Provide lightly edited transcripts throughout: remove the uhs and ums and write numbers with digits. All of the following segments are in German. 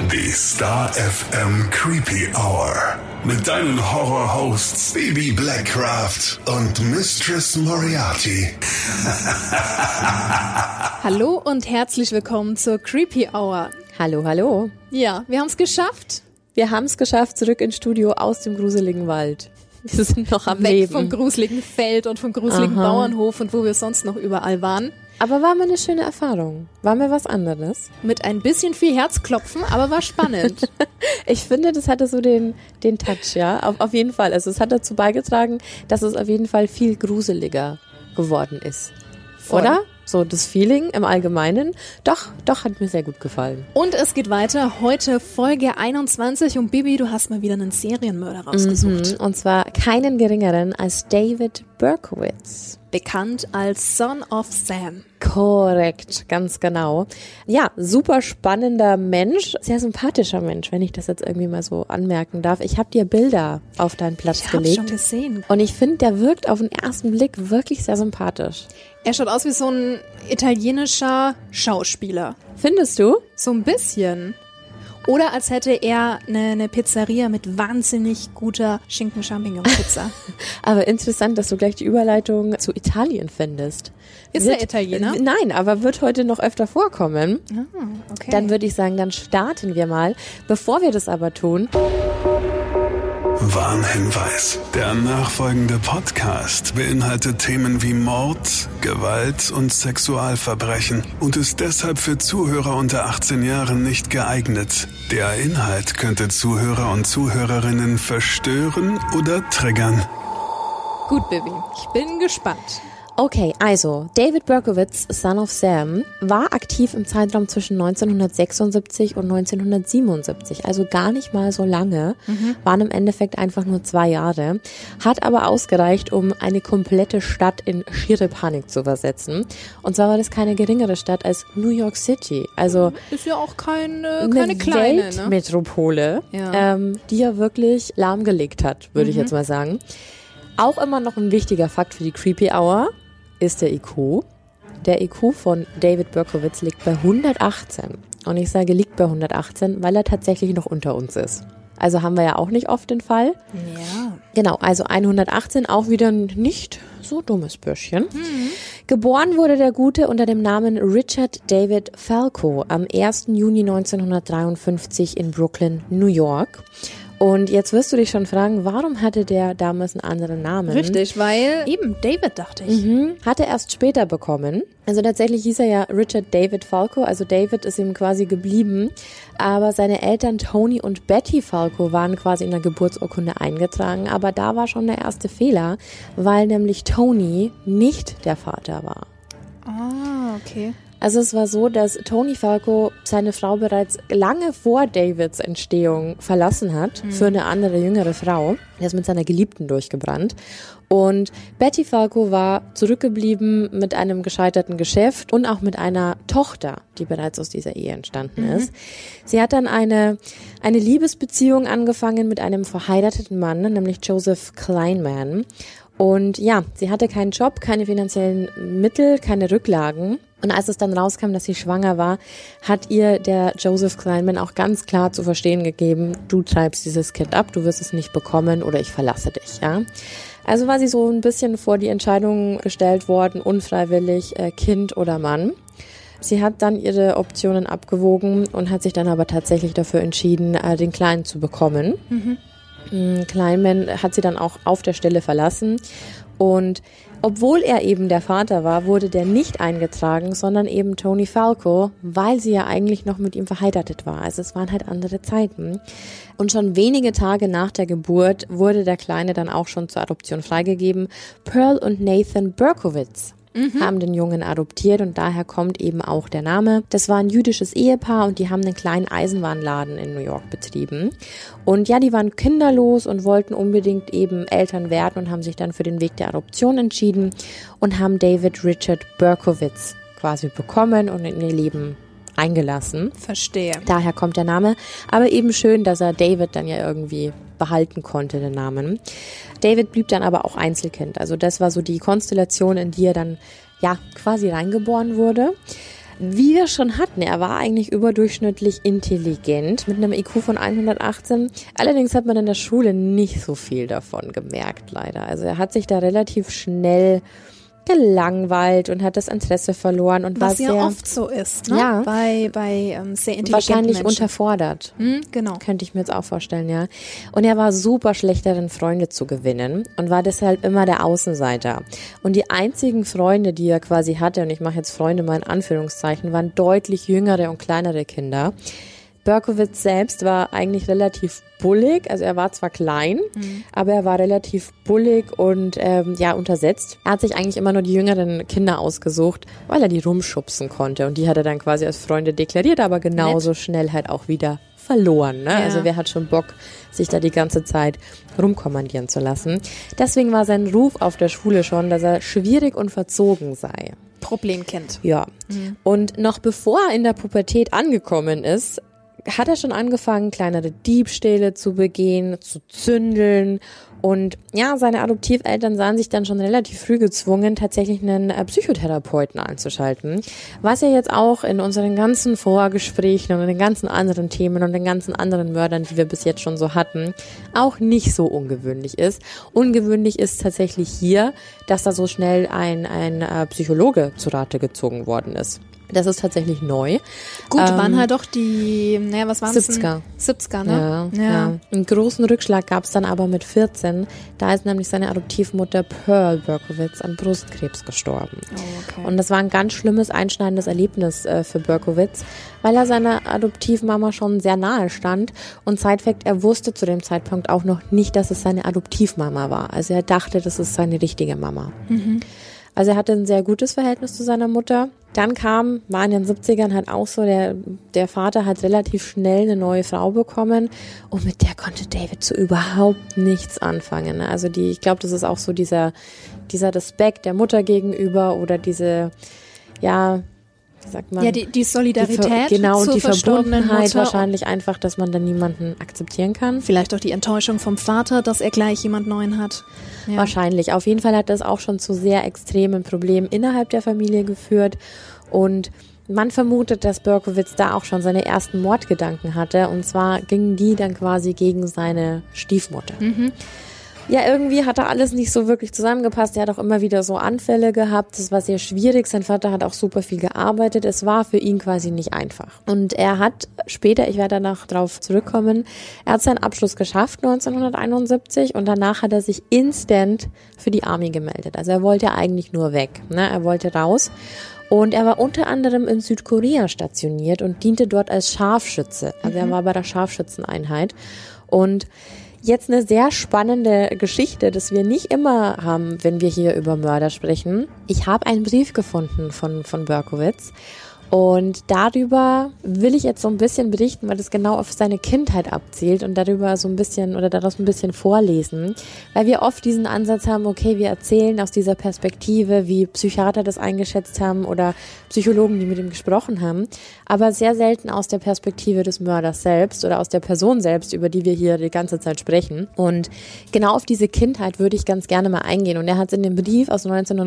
Die Star FM Creepy Hour. Mit deinen Horror-Hosts Baby Blackcraft und Mistress Moriarty. Hallo und herzlich willkommen zur Creepy Hour. Hallo, hallo. Ja, wir haben es geschafft. Wir haben es geschafft, zurück ins Studio aus dem gruseligen Wald. Wir sind noch am Weg Leben. vom gruseligen Feld und vom gruseligen Bauernhof und wo wir sonst noch überall waren. Aber war mal eine schöne Erfahrung. War mal was anderes. Mit ein bisschen viel Herzklopfen, aber war spannend. Ich finde, das hatte so den Touch, ja, auf jeden Fall. Also es hat dazu beigetragen, dass es auf jeden Fall viel gruseliger geworden ist. Voll. Oder? So das Feeling im Allgemeinen. Doch, hat mir sehr gut gefallen. Und es geht weiter. Heute Folge 21 und Bibi, du hast mal wieder einen Serienmörder rausgesucht. Und zwar keinen geringeren als David Berkowitz. Bekannt als Son of Sam. Korrekt, ganz genau. Ja, super spannender Mensch, sehr sympathischer Mensch, wenn ich das jetzt irgendwie mal so anmerken darf. Ich habe dir Bilder auf deinen Platz gelegt. Ich habe schon gesehen. Und ich finde, der wirkt auf den ersten Blick wirklich sehr sympathisch. Er schaut aus wie so ein italienischer Schauspieler. Findest du? So ein bisschen. Oder als hätte er eine Pizzeria mit wahnsinnig guter Schinken-Champignon-Pizza. Aber interessant, dass du gleich die Überleitung zu Italien findest. Ist er Italiener? Nein, aber wird heute noch öfter vorkommen. Ah, okay. Dann würde ich sagen, dann starten wir mal. Bevor wir das aber tun... Warnhinweis. Der nachfolgende Podcast beinhaltet Themen wie Mord, Gewalt und Sexualverbrechen und ist deshalb für Zuhörer unter 18 Jahren nicht geeignet. Der Inhalt könnte Zuhörer und Zuhörerinnen verstören oder triggern. Gut, Bibi. Ich bin gespannt. Okay, also David Berkowitz, Son of Sam, war aktiv im Zeitraum zwischen 1976 und 1977, also gar nicht mal so lange, waren im Endeffekt einfach nur 2 Jahre, hat aber ausgereicht, um eine komplette Stadt in schiere Panik zu versetzen. Und zwar war das keine geringere Stadt als New York City, also ist ja auch keine eine kleine, Weltmetropole, Ja. Die er wirklich lahmgelegt hat, würde ich jetzt mal sagen. Auch immer noch ein wichtiger Fakt für die Creepy Hour ist der IQ. Der IQ von David Berkowitz liegt bei 118. Und ich sage, liegt bei 118, weil er tatsächlich noch unter uns ist. Also haben wir ja auch nicht oft den Fall. Ja. Genau, also 118, auch wieder ein nicht so dummes Bürschchen. Geboren wurde der Gute unter dem Namen Richard David Falco am 1. Juni 1953 in Brooklyn, New York. Und jetzt wirst du dich schon fragen, warum hatte der damals einen anderen Namen? Richtig, weil eben David, dachte ich. Hat er erst später bekommen. Also tatsächlich hieß er ja Richard David Falco, also David ist ihm quasi geblieben. Aber seine Eltern Tony und Betty Falco waren quasi in der Geburtsurkunde eingetragen. Aber da war schon der erste Fehler, weil nämlich Tony nicht der Vater war. Ah, okay. Also es war so, dass Tony Falco seine Frau bereits lange vor Davids Entstehung verlassen hat für eine andere, jüngere Frau. Er ist mit seiner Geliebten durchgebrannt. Und Betty Falco war zurückgeblieben mit einem gescheiterten Geschäft und auch mit einer Tochter, die bereits aus dieser Ehe entstanden ist. Sie hat dann eine Liebesbeziehung angefangen mit einem verheirateten Mann, nämlich Joseph Kleinman. Und ja, sie hatte keinen Job, keine finanziellen Mittel, keine Rücklagen. Und als es dann rauskam, dass sie schwanger war, hat ihr der Joseph Kleinman auch ganz klar zu verstehen gegeben, du treibst dieses Kind ab, du wirst es nicht bekommen oder ich verlasse dich, ja. Also war sie so ein bisschen vor die Entscheidung gestellt worden, unfreiwillig, Kind oder Mann. Sie hat dann ihre Optionen abgewogen und hat sich dann aber tatsächlich dafür entschieden, den Kleinen zu bekommen. Kleinman hat sie dann auch auf der Stelle verlassen und obwohl er eben der Vater war, wurde der nicht eingetragen, sondern eben Tony Falco, weil sie ja eigentlich noch mit ihm verheiratet war. Also es waren halt andere Zeiten. Und schon wenige Tage nach der Geburt wurde der Kleine dann auch schon zur Adoption freigegeben. Pearl und Nathan Berkowitz haben den Jungen adoptiert und daher kommt eben auch der Name. Das war ein jüdisches Ehepaar und die haben einen kleinen Eisenwarenladen in New York betrieben. Und ja, die waren kinderlos und wollten unbedingt eben Eltern werden und haben sich dann für den Weg der Adoption entschieden und haben David Richard Berkowitz quasi bekommen und in ihr Leben eingelassen. Verstehe. Daher kommt der Name. Aber eben schön, dass er David dann ja irgendwie behalten konnte, den Namen. David blieb dann aber auch Einzelkind. Also das war so die Konstellation, in die er dann ja quasi reingeboren wurde. Wie wir schon hatten, er war eigentlich überdurchschnittlich intelligent mit einem IQ von 118. Allerdings hat man in der Schule nicht so viel davon gemerkt, leider. Also er hat sich da relativ schnell gelangweilt und hat das Interesse verloren und war sehr... Was ja oft so ist, ne? Ja. Bei sehr intelligenten wahrscheinlich Menschen. unterfordert. Genau. Könnte ich mir jetzt auch vorstellen, ja. Und er war super schlecht darin, Freunde zu gewinnen und war deshalb immer der Außenseiter. Und die einzigen Freunde, die er quasi hatte, und ich mache jetzt Freunde mal in Anführungszeichen, waren deutlich jüngere und kleinere Kinder. Berkowitz selbst war eigentlich relativ bullig, also er war zwar klein, aber er war relativ bullig und untersetzt. Er hat sich eigentlich immer nur die jüngeren Kinder ausgesucht, weil er die rumschubsen konnte und die hat er dann quasi als Freunde deklariert, aber genauso schnell halt auch wieder verloren. Ne? Ja. Also wer hat schon Bock, sich da die ganze Zeit rumkommandieren zu lassen. Deswegen war sein Ruf auf der Schule schon, dass er schwierig und verzogen sei. Problemkind. Ja. Und noch bevor er in der Pubertät angekommen ist, hat er schon angefangen, kleinere Diebstähle zu begehen, zu zündeln. Und ja, seine Adoptiveltern sahen sich dann schon relativ früh gezwungen, tatsächlich einen Psychotherapeuten einzuschalten. Was ja jetzt auch in unseren ganzen Vorgesprächen und in den ganzen anderen Themen und den ganzen anderen Mördern, die wir bis jetzt schon so hatten, auch nicht so ungewöhnlich ist. Ungewöhnlich ist tatsächlich hier, dass da so schnell ein Psychologe zu Rate gezogen worden ist. Das ist tatsächlich neu. Gut, waren halt doch die, was waren es? 70er. 70er, ne? Ja. Einen großen Rückschlag gab es dann aber mit 14. Da ist nämlich seine Adoptivmutter Pearl Berkowitz an Brustkrebs gestorben. Oh, okay. Und das war ein ganz schlimmes, einschneidendes Erlebnis für Berkowitz, weil er seiner Adoptivmama schon sehr nahe stand. Und Side-Fact, er wusste zu dem Zeitpunkt auch noch nicht, dass es seine Adoptivmama war. Also er dachte, das ist seine richtige Mama. Also er hatte ein sehr gutes Verhältnis zu seiner Mutter. Dann war in den 70ern halt auch so, der Vater hat relativ schnell eine neue Frau bekommen und mit der konnte David so überhaupt nichts anfangen. Ne? Also ich glaube, das ist auch so dieser Respekt der Mutter gegenüber oder diese, wie sagt man? Ja, die Solidarität und zur die verstorbenen Verbundenheit Mutter. wahrscheinlich einfach, dass man dann niemanden akzeptieren kann. Vielleicht auch die Enttäuschung vom Vater, dass er gleich jemand Neuen hat. Ja. Wahrscheinlich. Auf jeden Fall hat das auch schon zu sehr extremen Problemen innerhalb der Familie geführt und man vermutet, dass Berkowitz da auch schon seine ersten Mordgedanken hatte und zwar gingen die dann quasi gegen seine Stiefmutter. Ja, irgendwie hat da alles nicht so wirklich zusammengepasst. Er hat auch immer wieder so Anfälle gehabt. Das war sehr schwierig. Sein Vater hat auch super viel gearbeitet. Es war für ihn quasi nicht einfach. Und er hat später, ich werde danach drauf zurückkommen, er hat seinen Abschluss geschafft 1971 und danach hat er sich instant für die Army gemeldet. Also er wollte eigentlich nur weg, ne? Er wollte raus. Und er war unter anderem in Südkorea stationiert und diente dort als Scharfschütze. Also er war bei der Scharfschützeneinheit. Und jetzt eine sehr spannende Geschichte, das wir nicht immer haben, wenn wir hier über Mörder sprechen. Ich habe einen Brief gefunden von Berkowitz und darüber will ich jetzt so ein bisschen berichten, weil das genau auf seine Kindheit abzielt und daraus ein bisschen vorlesen, weil wir oft diesen Ansatz haben, okay, wir erzählen aus dieser Perspektive, wie Psychiater das eingeschätzt haben oder Psychologen, die mit ihm gesprochen haben, aber sehr selten aus der Perspektive des Mörders selbst oder aus der Person selbst, über die wir hier die ganze Zeit sprechen. Und genau auf diese Kindheit würde ich ganz gerne mal eingehen. Und er hat es in dem Brief aus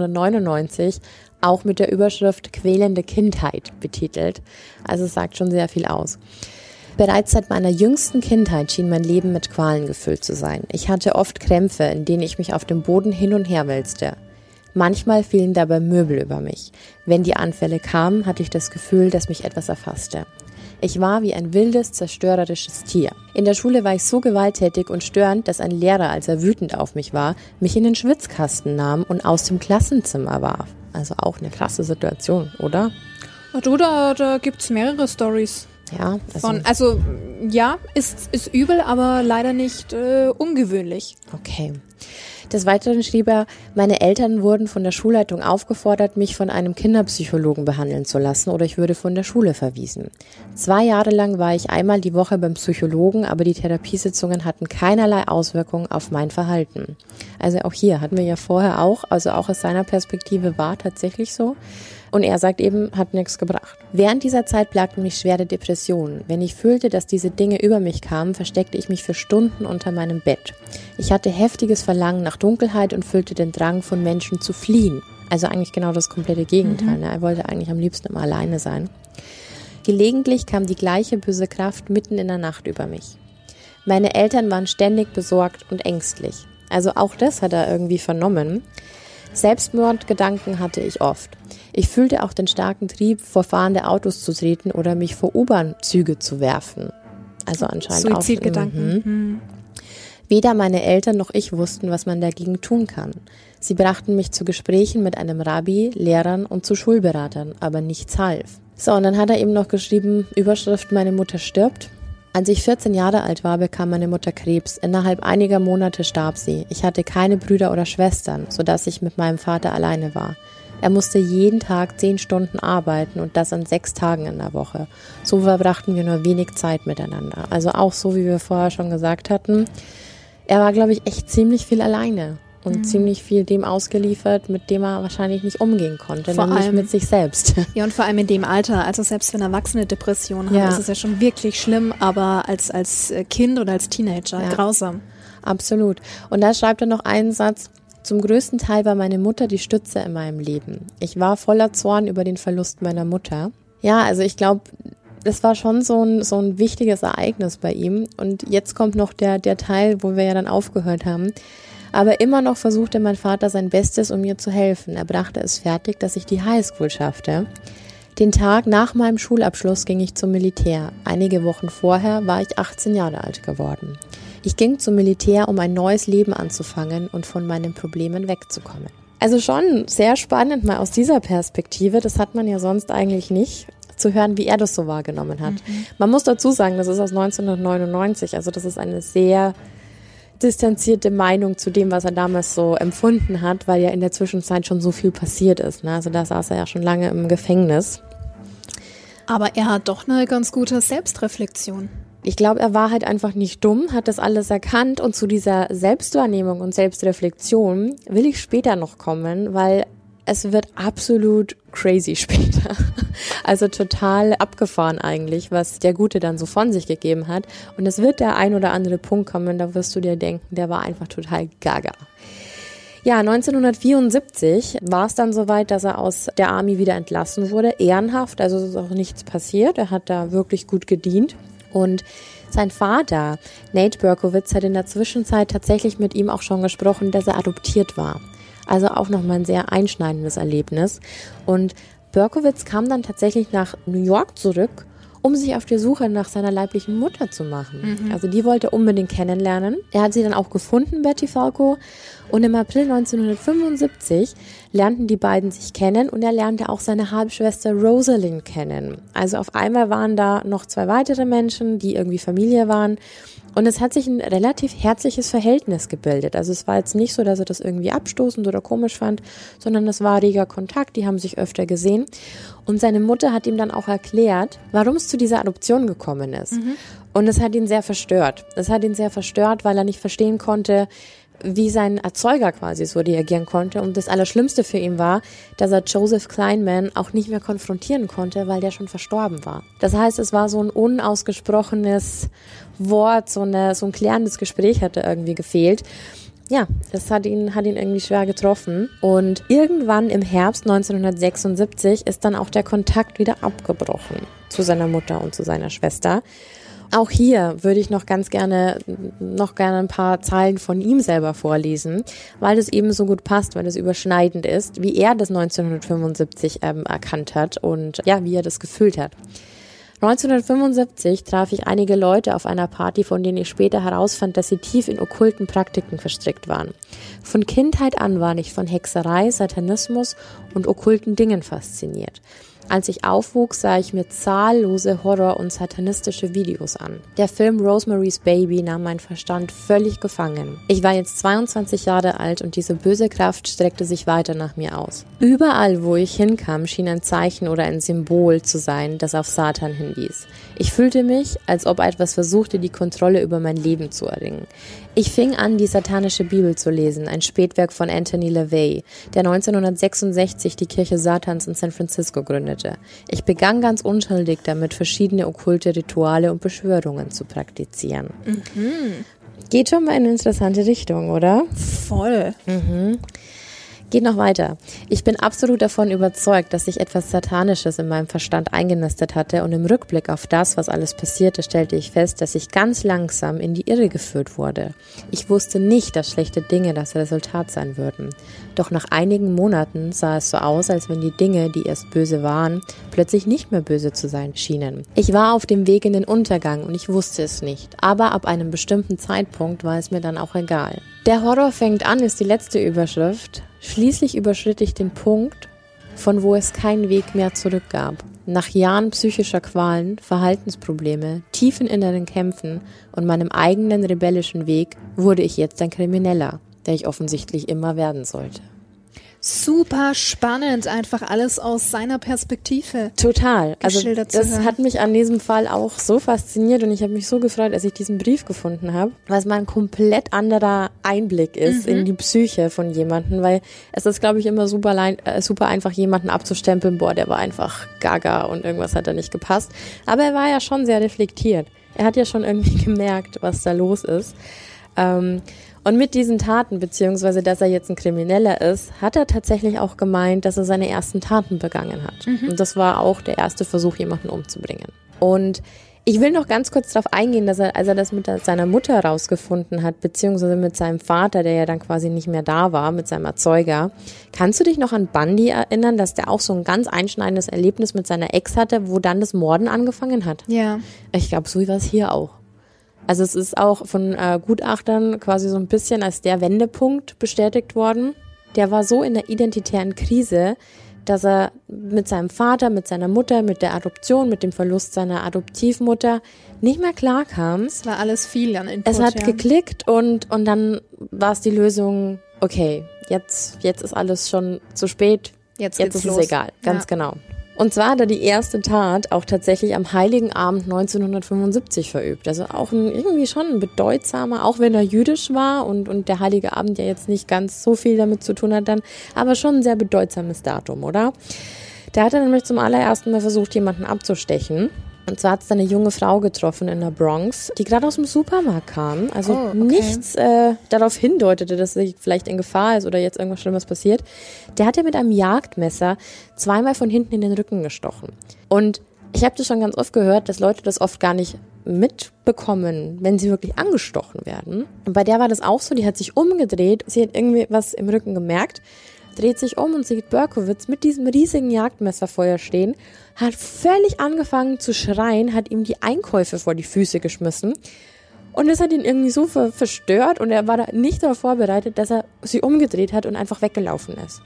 1999 auch mit der Überschrift quälende Kindheit betitelt. Also es sagt schon sehr viel aus. Bereits seit meiner jüngsten Kindheit schien mein Leben mit Qualen gefüllt zu sein. Ich hatte oft Krämpfe, in denen ich mich auf dem Boden hin und her wälzte. Manchmal fielen dabei Möbel über mich. Wenn die Anfälle kamen, hatte ich das Gefühl, dass mich etwas erfasste. Ich war wie ein wildes, zerstörerisches Tier. In der Schule war ich so gewalttätig und störend, dass ein Lehrer, als er wütend auf mich war, mich in den Schwitzkasten nahm und aus dem Klassenzimmer warf. Also auch eine krasse Situation, oder? Du, da gibt's mehrere Storys. Ja. Ist übel, aber leider nicht ungewöhnlich. Okay. Des Weiteren schrieb er, meine Eltern wurden von der Schulleitung aufgefordert, mich von einem Kinderpsychologen behandeln zu lassen oder ich würde von der Schule verwiesen. 2 Jahre lang war ich einmal die Woche beim Psychologen, aber die Therapiesitzungen hatten keinerlei Auswirkungen auf mein Verhalten. Also auch hier hatten wir ja vorher also auch aus seiner Perspektive war tatsächlich so. Und er sagt eben, hat nichts gebracht. Während dieser Zeit plagten mich schwere Depressionen. Wenn ich fühlte, dass diese Dinge über mich kamen, versteckte ich mich für Stunden unter meinem Bett. Ich hatte heftiges Verlangen nach Dunkelheit und fühlte den Drang von Menschen zu fliehen. Also eigentlich genau das komplette Gegenteil. Ne? Er wollte eigentlich am liebsten immer alleine sein. Gelegentlich kam die gleiche böse Kraft mitten in der Nacht über mich. Meine Eltern waren ständig besorgt und ängstlich. Also auch das hat er irgendwie vernommen. Selbstmordgedanken hatte ich oft. Ich fühlte auch den starken Trieb, vor fahrende Autos zu treten oder mich vor U-Bahn-Züge zu werfen. Also anscheinend auch Suizidgedanken. Weder meine Eltern noch ich wussten, was man dagegen tun kann. Sie brachten mich zu Gesprächen mit einem Rabbi, Lehrern und zu Schulberatern, aber nichts half. So, und dann hat er eben noch geschrieben, Überschrift, meine Mutter stirbt. Als ich 14 Jahre alt war, bekam meine Mutter Krebs. Innerhalb einiger Monate starb sie. Ich hatte keine Brüder oder Schwestern, sodass ich mit meinem Vater alleine war. Er musste jeden Tag 10 Stunden arbeiten und das an 6 Tagen in der Woche. So verbrachten wir nur wenig Zeit miteinander. Also auch so, wie wir vorher schon gesagt hatten. Er war, glaube ich, echt ziemlich viel alleine und ziemlich viel dem ausgeliefert, mit dem er wahrscheinlich nicht umgehen konnte, nämlich mit sich selbst. Ja, und vor allem in dem Alter, also selbst wenn Erwachsene Depressionen haben, ist es ja schon wirklich schlimm, aber als Kind oder als Teenager grausam. Absolut. Und da schreibt er noch einen Satz: Zum größten Teil war meine Mutter die Stütze in meinem Leben. Ich war voller Zorn über den Verlust meiner Mutter. Ja, also ich glaube, das war schon so ein wichtiges Ereignis bei ihm. Und jetzt kommt noch der Teil, wo wir ja dann aufgehört haben. Aber immer noch versuchte mein Vater sein Bestes, um mir zu helfen. Er brachte es fertig, dass ich die Highschool schaffte. Den Tag nach meinem Schulabschluss ging ich zum Militär. Einige Wochen vorher war ich 18 Jahre alt geworden. Ich ging zum Militär, um ein neues Leben anzufangen und von meinen Problemen wegzukommen. Also schon sehr spannend mal aus dieser Perspektive. Das hat man ja sonst eigentlich nicht, zu hören, wie er das so wahrgenommen hat. Man muss dazu sagen, das ist aus 1999. Also das ist eine sehr distanzierte Meinung zu dem, was er damals so empfunden hat, weil ja in der Zwischenzeit schon so viel passiert ist. Ne? Also da saß er ja schon lange im Gefängnis. Aber er hat doch eine ganz gute Selbstreflexion. Ich glaube, er war halt einfach nicht dumm, hat das alles erkannt, und zu dieser Selbstwahrnehmung und Selbstreflexion will ich später noch kommen, weil es wird absolut crazy später. Also total abgefahren eigentlich, was der Gute dann so von sich gegeben hat. Und es wird der ein oder andere Punkt kommen, da wirst du dir denken, der war einfach total gaga. Ja, 1974 war es dann soweit, dass er aus der Army wieder entlassen wurde, ehrenhaft, also es ist auch nichts passiert, er hat da wirklich gut gedient. Und sein Vater, Nate Berkowitz, hat in der Zwischenzeit tatsächlich mit ihm auch schon gesprochen, dass er adoptiert war. Also auch nochmal ein sehr einschneidendes Erlebnis. Und Berkowitz kam dann tatsächlich nach New York zurück, um sich auf die Suche nach seiner leiblichen Mutter zu machen. Also die wollte er unbedingt kennenlernen. Er hat sie dann auch gefunden, Betty Falco. Und im April 1975 lernten die beiden sich kennen und er lernte auch seine Halbschwester Rosalind kennen. Also auf einmal waren da noch 2 weitere Menschen, die irgendwie Familie waren. Und es hat sich ein relativ herzliches Verhältnis gebildet. Also es war jetzt nicht so, dass er das irgendwie abstoßend oder komisch fand, sondern es war reger Kontakt, die haben sich öfter gesehen. Und seine Mutter hat ihm dann auch erklärt, warum es zu dieser Adoption gekommen ist. Und es hat ihn sehr verstört. Es hat ihn sehr verstört, weil er nicht verstehen konnte, wie sein Erzeuger quasi so reagieren konnte. Und das Allerschlimmste für ihn war, dass er Joseph Kleinman auch nicht mehr konfrontieren konnte, weil der schon verstorben war. Das heißt, es war so ein unausgesprochenes Wort, so ein klärendes Gespräch hatte irgendwie gefehlt. Ja, das hat ihn irgendwie schwer getroffen. Und irgendwann im Herbst 1976 ist dann auch der Kontakt wieder abgebrochen zu seiner Mutter und zu seiner Schwester. Auch hier würde ich noch gerne ein paar Zeilen von ihm selber vorlesen, weil das eben so gut passt, weil das überschneidend ist, wie er das 1975 erkannt hat und ja, wie er das gefühlt hat. 1975 traf ich einige Leute auf einer Party, von denen ich später herausfand, dass sie tief in okkulten Praktiken verstrickt waren. Von Kindheit an war ich von Hexerei, Satanismus und okkulten Dingen fasziniert. Als ich aufwuchs, sah ich mir zahllose Horror- und satanistische Videos an. Der Film Rosemary's Baby nahm meinen Verstand völlig gefangen. Ich war jetzt 22 Jahre alt und diese böse Kraft streckte sich weiter nach mir aus. Überall, wo ich hinkam, schien ein Zeichen oder ein Symbol zu sein, das auf Satan hinwies. Ich fühlte mich, als ob etwas versuchte, die Kontrolle über mein Leben zu erringen. Ich fing an, die satanische Bibel zu lesen, ein Spätwerk von Anthony LaVey, der 1966 die Kirche Satans in San Francisco gründete. Ich begann ganz unschuldig damit, verschiedene okkulte Rituale und Beschwörungen zu praktizieren. Geht schon mal in eine interessante Richtung, oder? Voll. Geht noch weiter. Ich bin absolut davon überzeugt, dass sich etwas Satanisches in meinem Verstand eingenistet hatte und im Rückblick auf das, was alles passierte, stellte ich fest, dass ich ganz langsam in die Irre geführt wurde. Ich wusste nicht, dass schlechte Dinge das Resultat sein würden. Doch nach einigen Monaten sah es so aus, als wenn die Dinge, die erst böse waren, plötzlich nicht mehr böse zu sein schienen. Ich war auf dem Weg in den Untergang und ich wusste es nicht. Aber ab einem bestimmten Zeitpunkt war es mir dann auch egal. Der Horror fängt an, ist die letzte Überschrift. Schließlich überschritt ich den Punkt, von wo es keinen Weg mehr zurück gab. Nach Jahren psychischer Qualen, Verhaltensprobleme, tiefen inneren Kämpfen und meinem eigenen rebellischen Weg wurde ich jetzt ein Krimineller, der ich offensichtlich immer werden sollte. Super spannend, einfach alles aus seiner Perspektive. Total. Also geschildert das zu hören. hat mich an diesem Fall auch so fasziniert und ich habe mich so gefreut, als ich diesen Brief gefunden habe, weil es mal ein komplett anderer Einblick ist in die Psyche von jemandem, weil es ist, glaube ich, immer super einfach, jemanden abzustempeln, boah, der war einfach gaga und irgendwas hat da nicht gepasst. Aber er war ja schon sehr reflektiert. Er hat ja schon irgendwie gemerkt, was da los ist. Und mit diesen Taten, beziehungsweise dass er jetzt ein Krimineller ist, hat er tatsächlich auch gemeint, dass er seine ersten Taten begangen hat. Und das war auch der erste Versuch, jemanden umzubringen. Und ich will noch ganz kurz darauf eingehen, dass er, als er das mit seiner Mutter rausgefunden hat, beziehungsweise mit seinem Vater, der ja dann quasi nicht mehr da war, mit seinem Erzeuger. Kannst du dich noch an Bundy erinnern, dass der auch so ein ganz einschneidendes Erlebnis mit seiner Ex hatte, wo dann das Morden angefangen hat? Ja. Ich glaube, so war es hier auch. Also es ist auch von Gutachtern quasi so ein bisschen als der Wendepunkt bestätigt worden. Der war so in der identitären Krise, dass er mit seinem Vater, mit seiner Mutter, mit der Adoption, mit dem Verlust seiner Adoptivmutter nicht mehr klarkam. Es war alles viel an Input. Es hat geklickt und dann war es die Lösung, okay, jetzt ist alles schon zu spät, jetzt ist es egal, ganz genau. Und zwar hat er die erste Tat auch tatsächlich am Heiligen Abend 1975 verübt. Also auch irgendwie schon ein bedeutsamer, auch wenn er jüdisch war und der Heilige Abend ja jetzt nicht ganz so viel damit zu tun hat dann, aber schon ein sehr bedeutsames Datum, oder? Da hat er nämlich zum allerersten Mal versucht, jemanden abzustechen. Und zwar hat es eine junge Frau getroffen in der Bronx, die gerade aus dem Supermarkt kam. Also nichts darauf hindeutete, dass sie vielleicht in Gefahr ist oder jetzt irgendwas Schlimmes passiert. Der hat ja mit einem Jagdmesser zweimal von hinten in den Rücken gestochen. Und ich habe das schon ganz oft gehört, dass Leute das oft gar nicht mitbekommen, wenn sie wirklich angestochen werden. Und bei der war das auch so, die hat sich umgedreht, sie hat irgendwie was im Rücken gemerkt, dreht sich um und sieht Berkowitz mit diesem riesigen Jagdmesser vor ihr stehen, hat völlig angefangen zu schreien, hat ihm die Einkäufe vor die Füße geschmissen und das hat ihn irgendwie so verstört und er war da nicht darauf vorbereitet, dass er sie umgedreht hat und einfach weggelaufen ist.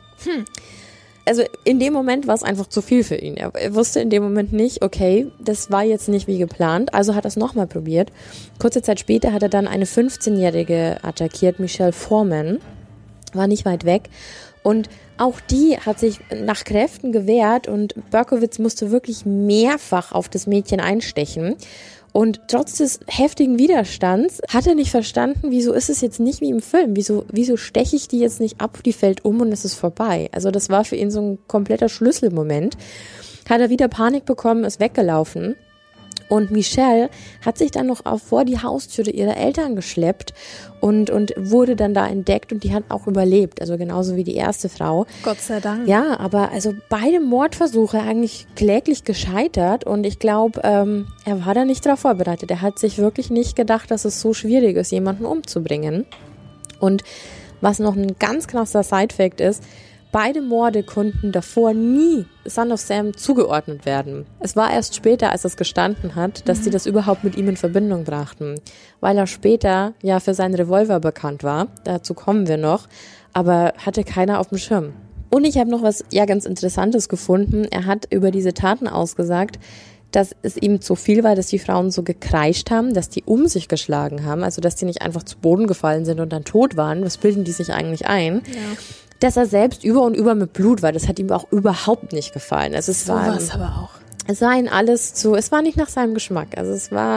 Also in dem Moment war es einfach zu viel für ihn. Er wusste in dem Moment nicht, okay, das war jetzt nicht wie geplant, also hat er es nochmal probiert. Kurze Zeit später hat er dann eine 15-Jährige attackiert, Michelle Foreman, war nicht weit weg. Und auch die hat sich nach Kräften gewehrt und Berkowitz musste wirklich mehrfach auf das Mädchen einstechen. Und trotz des heftigen Widerstands hat er nicht verstanden, wieso ist es jetzt nicht wie im Film? Wieso steche ich die jetzt nicht ab, die fällt um und es ist vorbei? Also das war für ihn so ein kompletter Schlüsselmoment. Hat er wieder Panik bekommen, ist weggelaufen. Und Michelle hat sich dann noch vor die Haustüre ihrer Eltern geschleppt und wurde dann da entdeckt und die hat auch überlebt, also genauso wie die erste Frau. Gott sei Dank. Ja, aber also beide Mordversuche eigentlich kläglich gescheitert und ich glaube, er war da nicht darauf vorbereitet. Er hat sich wirklich nicht gedacht, dass es so schwierig ist, jemanden umzubringen. Und was noch ein ganz krasser Sidefact ist, beide Morde konnten davor nie Son of Sam zugeordnet werden. Es war erst später, als es gestanden hat, dass sie das überhaupt mit ihm in Verbindung brachten. Weil er später ja für seinen Revolver bekannt war, dazu kommen wir noch, aber hatte keiner auf dem Schirm. Und ich habe noch was ganz Interessantes gefunden. Er hat über diese Taten ausgesagt, dass es ihm zu viel war, dass die Frauen so gekreischt haben, dass die um sich geschlagen haben, also dass die nicht einfach zu Boden gefallen sind und dann tot waren. Was bilden die sich eigentlich ein? Ja. Dass er selbst über und über mit Blut war, das hat ihm auch überhaupt nicht gefallen. Also es war aber auch. Es war ihm alles es war nicht nach seinem Geschmack. Also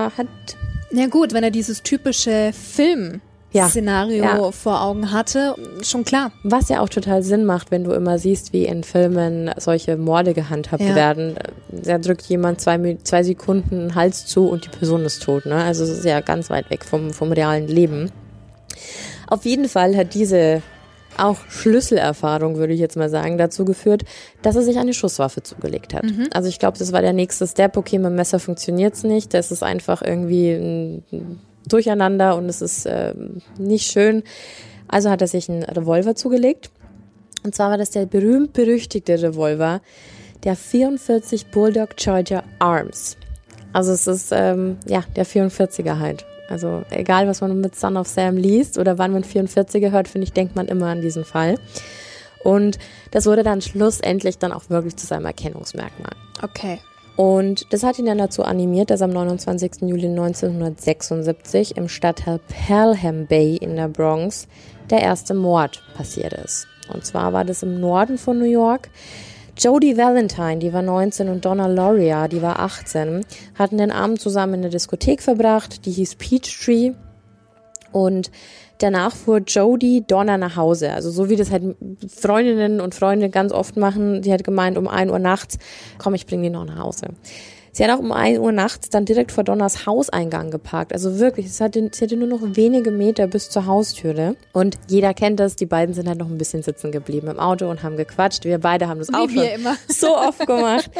Ja gut, wenn er dieses typische Film-Szenario vor Augen hatte, schon klar. Was ja auch total Sinn macht, wenn du immer siehst, wie in Filmen solche Morde gehandhabt werden. Da drückt jemand 2 Sekunden den Hals zu und die Person ist tot. Ne? Also es ist ja ganz weit weg vom realen Leben. Auf jeden Fall hat diese auch Schlüsselerfahrung, würde ich jetzt mal sagen, dazu geführt, dass er sich eine Schusswaffe zugelegt hat. Also ich glaube, das war der nächste Step. Okay, mit dem Messer funktioniert's nicht. Das ist einfach irgendwie ein Durcheinander und es ist nicht schön. Also hat er sich einen Revolver zugelegt. Und zwar war das der berühmt-berüchtigte Revolver, der 44 Bulldog Charger Arms. Also es ist der 44er halt. Also egal, was man mit Son of Sam liest oder wann man 44er hört, finde ich, denkt man immer an diesen Fall. Und das wurde dann schlussendlich dann auch wirklich zu seinem Erkennungsmerkmal. Okay. Und das hat ihn dann dazu animiert, dass am 29. Juli 1976 im Stadtteil Pelham Bay in der Bronx der erste Mord passiert ist. Und zwar war das im Norden von New York. Jodie Valentine, die war 19, und Donna Lauria, die war 18, hatten den Abend zusammen in der Diskothek verbracht, die hieß Peachtree. Und danach fuhr Jodie Donna nach Hause. Also so wie das halt Freundinnen und Freunde ganz oft machen. Die hat gemeint, um 1 Uhr nachts, komm, ich bring die noch nach Hause. Sie hat auch um 1 Uhr nachts dann direkt vor Donners Hauseingang geparkt. Also wirklich, sie hatte nur noch wenige Meter bis zur Haustüre. Und jeder kennt das, die beiden sind halt noch ein bisschen sitzen geblieben im Auto und haben gequatscht. Wir beide haben das auch schon so oft gemacht.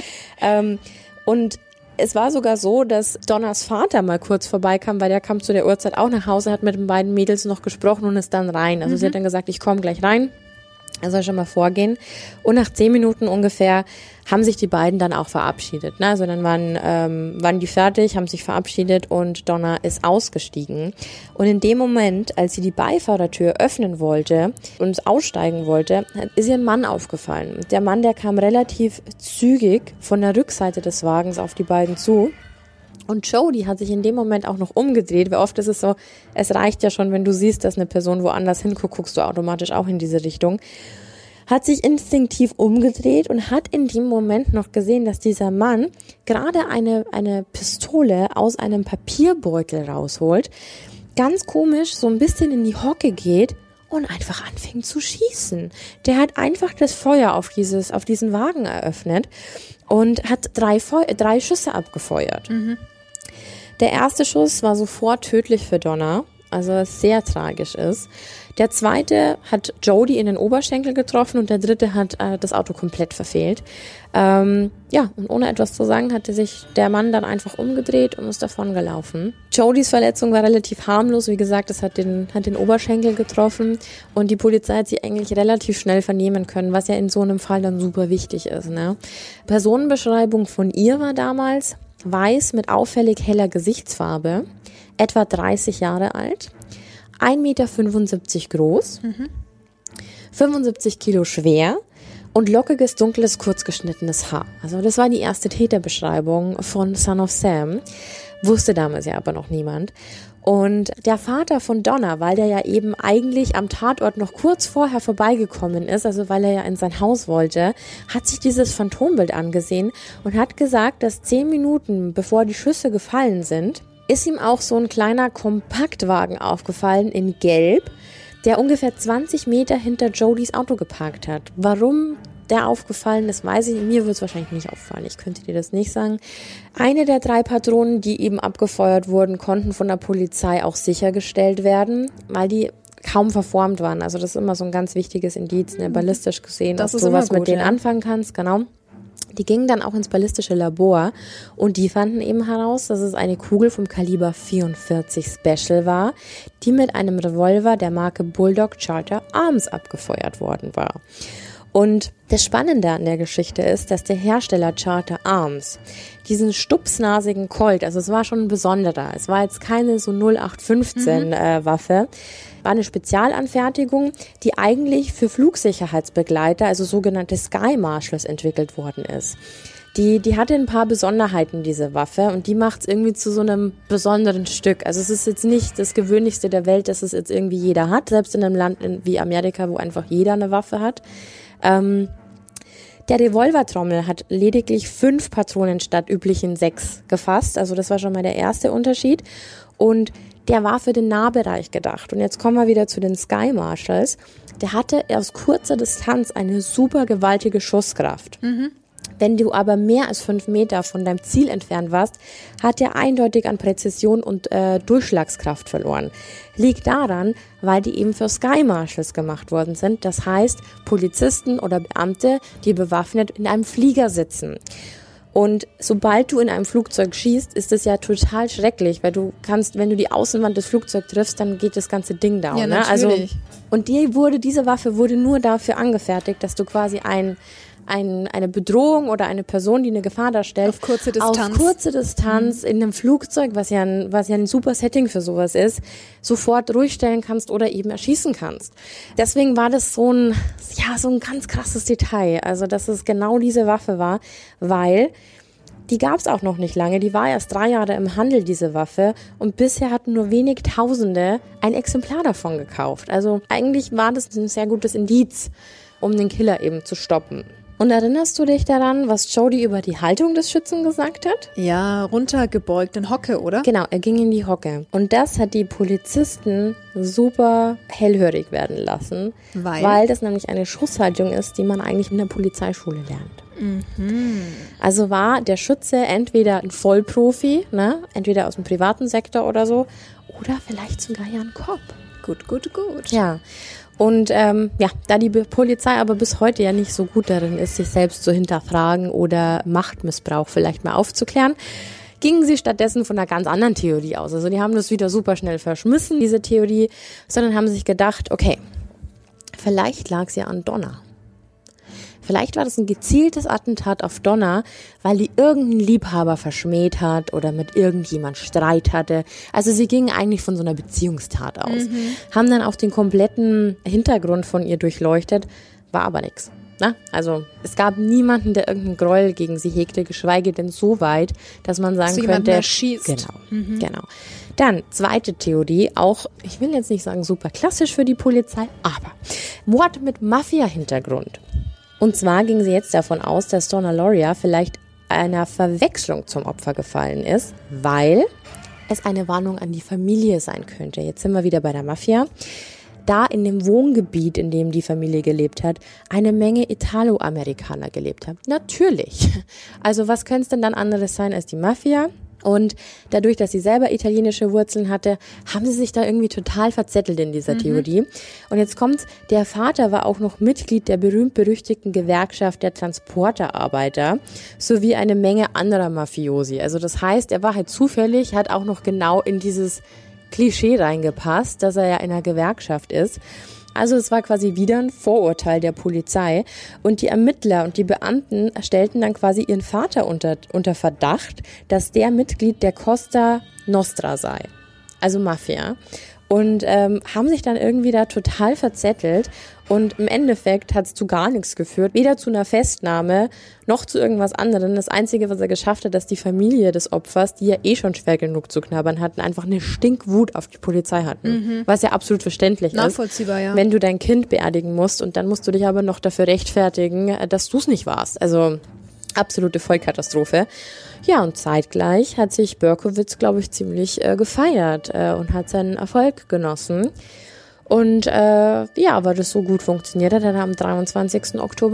Und es war sogar so, dass Donners Vater mal kurz vorbeikam, weil der kam zu der Uhrzeit auch nach Hause, hat mit den beiden Mädels noch gesprochen und ist dann rein. Also sie hat dann gesagt, ich komme gleich rein. Er soll schon mal vorgehen. Und nach 10 Minuten ungefähr haben sich die beiden dann auch verabschiedet. Ne? Also dann waren die fertig, haben sich verabschiedet und Donna ist ausgestiegen. Und in dem Moment, als sie die Beifahrertür öffnen wollte und aussteigen wollte, ist ihr ein Mann aufgefallen. Der Mann, der kam relativ zügig von der Rückseite des Wagens auf die beiden zu. Und Jodie hat sich in dem Moment auch noch umgedreht, weil oft ist es so, es reicht ja schon, wenn du siehst, dass eine Person woanders hinguckt, guckst du automatisch auch in diese Richtung. Hat sich instinktiv umgedreht und hat in dem Moment noch gesehen, dass dieser Mann gerade eine Pistole aus einem Papierbeutel rausholt, ganz komisch so ein bisschen in die Hocke geht und einfach anfängt zu schießen. Der hat einfach das Feuer auf diesen Wagen eröffnet und hat 3 Schüsse abgefeuert. Der erste Schuss war sofort tödlich für Donna, also was sehr tragisch ist. Der zweite hat Jodie in den Oberschenkel getroffen und der dritte hat das Auto komplett verfehlt. Und ohne etwas zu sagen, hatte sich der Mann dann einfach umgedreht und ist davon gelaufen. Jodies Verletzung war relativ harmlos, wie gesagt, es hat den Oberschenkel getroffen und die Polizei hat sie eigentlich relativ schnell vernehmen können, was ja in so einem Fall dann super wichtig ist. Ne? Personenbeschreibung von ihr war damals weiß mit auffällig heller Gesichtsfarbe, etwa 30 Jahre alt, 1,75 Meter groß, 75 Kilo schwer und lockiges, dunkles, kurzgeschnittenes Haar. Also das war die erste Täterbeschreibung von Son of Sam, wusste damals ja aber noch niemand. Und der Vater von Donna, weil der ja eben eigentlich am Tatort noch kurz vorher vorbeigekommen ist, also weil er ja in sein Haus wollte, hat sich dieses Phantombild angesehen und hat gesagt, dass 10 Minuten bevor die Schüsse gefallen sind, ist ihm auch so ein kleiner Kompaktwagen aufgefallen in Gelb, der ungefähr 20 Meter hinter Jodies Auto geparkt hat. Warum der aufgefallen ist, weiß ich nicht. Mir wird es wahrscheinlich nicht auffallen. Ich könnte dir das nicht sagen. Eine der 3 Patronen, die eben abgefeuert wurden, konnten von der Polizei auch sichergestellt werden, weil die kaum verformt waren. Also das ist immer so ein ganz wichtiges Indiz, ne, ballistisch gesehen, dass du was mit denen anfangen kannst. Genau. Die gingen dann auch ins ballistische Labor und die fanden eben heraus, dass es eine Kugel vom Kaliber 44 Special war, die mit einem Revolver der Marke Bulldog Charger Arms abgefeuert worden war. Und das Spannende an der Geschichte ist, dass der Hersteller Charter Arms diesen stupsnasigen Colt, also es war schon ein besonderer, es war jetzt keine so 0815 Waffe, war eine Spezialanfertigung, die eigentlich für Flugsicherheitsbegleiter, also sogenannte Sky Marshals, entwickelt worden ist. Die hatte ein paar Besonderheiten, diese Waffe, und die macht es irgendwie zu so einem besonderen Stück. Also es ist jetzt nicht das Gewöhnlichste der Welt, dass es jetzt irgendwie jeder hat, selbst in einem Land wie Amerika, wo einfach jeder eine Waffe hat. Der Revolvertrommel hat lediglich 5 Patronen statt üblichen 6 gefasst. Also das war schon mal der erste Unterschied. Und der war für den Nahbereich gedacht. Und jetzt kommen wir wieder zu den Sky Marshals. Der hatte aus kurzer Distanz eine super gewaltige Schusskraft. Wenn du aber mehr als 5 Meter von deinem Ziel entfernt warst, hat er eindeutig an Präzision und Durchschlagskraft verloren. Liegt daran, weil die eben für Sky Marshals gemacht worden sind. Das heißt, Polizisten oder Beamte, die bewaffnet in einem Flieger sitzen. Und sobald du in einem Flugzeug schießt, ist es ja total schrecklich, weil du kannst, wenn du die Außenwand des Flugzeugs triffst, dann geht das ganze Ding down. Ja, ne? natürlich. Und diese Waffe wurde nur dafür angefertigt, dass du quasi eine Bedrohung oder eine Person, die eine Gefahr darstellt, auf kurze Distanz in einem Flugzeug, was ja ein super Setting für sowas ist, sofort ruhig stellen kannst oder eben erschießen kannst. Deswegen war das so ein ganz krasses Detail, also dass es genau diese Waffe war, weil die gab es auch noch nicht lange, die war erst 3 Jahre im Handel, diese Waffe, und bisher hatten nur wenig Tausende ein Exemplar davon gekauft. Also eigentlich war das ein sehr gutes Indiz, um den Killer eben zu stoppen. Und erinnerst du dich daran, was Jody über die Haltung des Schützen gesagt hat? Ja, runtergebeugt in Hocke, oder? Genau, er ging in die Hocke. Und das hat die Polizisten super hellhörig werden lassen, weil das nämlich eine Schusshaltung ist, die man eigentlich in der Polizeischule lernt. Mhm. Also war der Schütze entweder ein Vollprofi, ne, entweder aus dem privaten Sektor oder so, oder vielleicht sogar ja ein Cop. Gut. Ja. Und da die Polizei aber bis heute ja nicht so gut darin ist, sich selbst zu hinterfragen oder Machtmissbrauch vielleicht mal aufzuklären, gingen sie stattdessen von einer ganz anderen Theorie aus. Also die haben das wieder super schnell verschmissen, diese Theorie, sondern haben sich gedacht, okay, vielleicht lag es ja an Donna. Vielleicht war das ein gezieltes Attentat auf Donna, weil die irgendeinen Liebhaber verschmäht hat oder mit irgendjemand Streit hatte. Also sie gingen eigentlich von so einer Beziehungstat aus. Haben dann auch den kompletten Hintergrund von ihr durchleuchtet, war aber nichts. Also es gab niemanden, der irgendeinen Gräuel gegen sie hegte, geschweige denn so weit, dass man sagen könnte, erschießt. Genau. Dann, zweite Theorie, auch, ich will jetzt nicht sagen super klassisch für die Polizei, aber Mord mit Mafia-Hintergrund. Und zwar ging sie jetzt davon aus, dass Donna Lauria vielleicht einer Verwechslung zum Opfer gefallen ist, weil es eine Warnung an die Familie sein könnte. Jetzt sind wir wieder bei der Mafia. Da in dem Wohngebiet, in dem die Familie gelebt hat, eine Menge Italo-Amerikaner gelebt haben. Natürlich. Also was könnte es denn dann anderes sein als die Mafia? Und dadurch, dass sie selber italienische Wurzeln hatte, haben sie sich da irgendwie total verzettelt in dieser Theorie. Und jetzt kommt's, der Vater war auch noch Mitglied der berühmt-berüchtigten Gewerkschaft der Transporterarbeiter sowie eine Menge anderer Mafiosi. Also das heißt, er war halt zufällig, hat auch noch genau in dieses Klischee reingepasst, dass er ja in einer Gewerkschaft ist. Also es war quasi wieder ein Vorurteil der Polizei und die Ermittler und die Beamten stellten dann quasi ihren Vater unter Verdacht, dass der Mitglied der Costa Nostra sei, also Mafia. Und haben sich dann irgendwie da total verzettelt und im Endeffekt hat es zu gar nichts geführt, weder zu einer Festnahme noch zu irgendwas anderem. Das Einzige, was er geschafft hat, dass die Familie des Opfers, die ja eh schon schwer genug zu knabbern hatten, einfach eine Stinkwut auf die Polizei hatten, was ja absolut verständlich ist. Nachvollziehbar, ja. Wenn du dein Kind beerdigen musst und dann musst du dich aber noch dafür rechtfertigen, dass du es nicht warst. Also absolute Vollkatastrophe. Ja, und zeitgleich hat sich Berkowitz, glaube ich, ziemlich gefeiert und hat seinen Erfolg genossen. Und weil das so gut funktioniert hat, hat er am 23. Oktober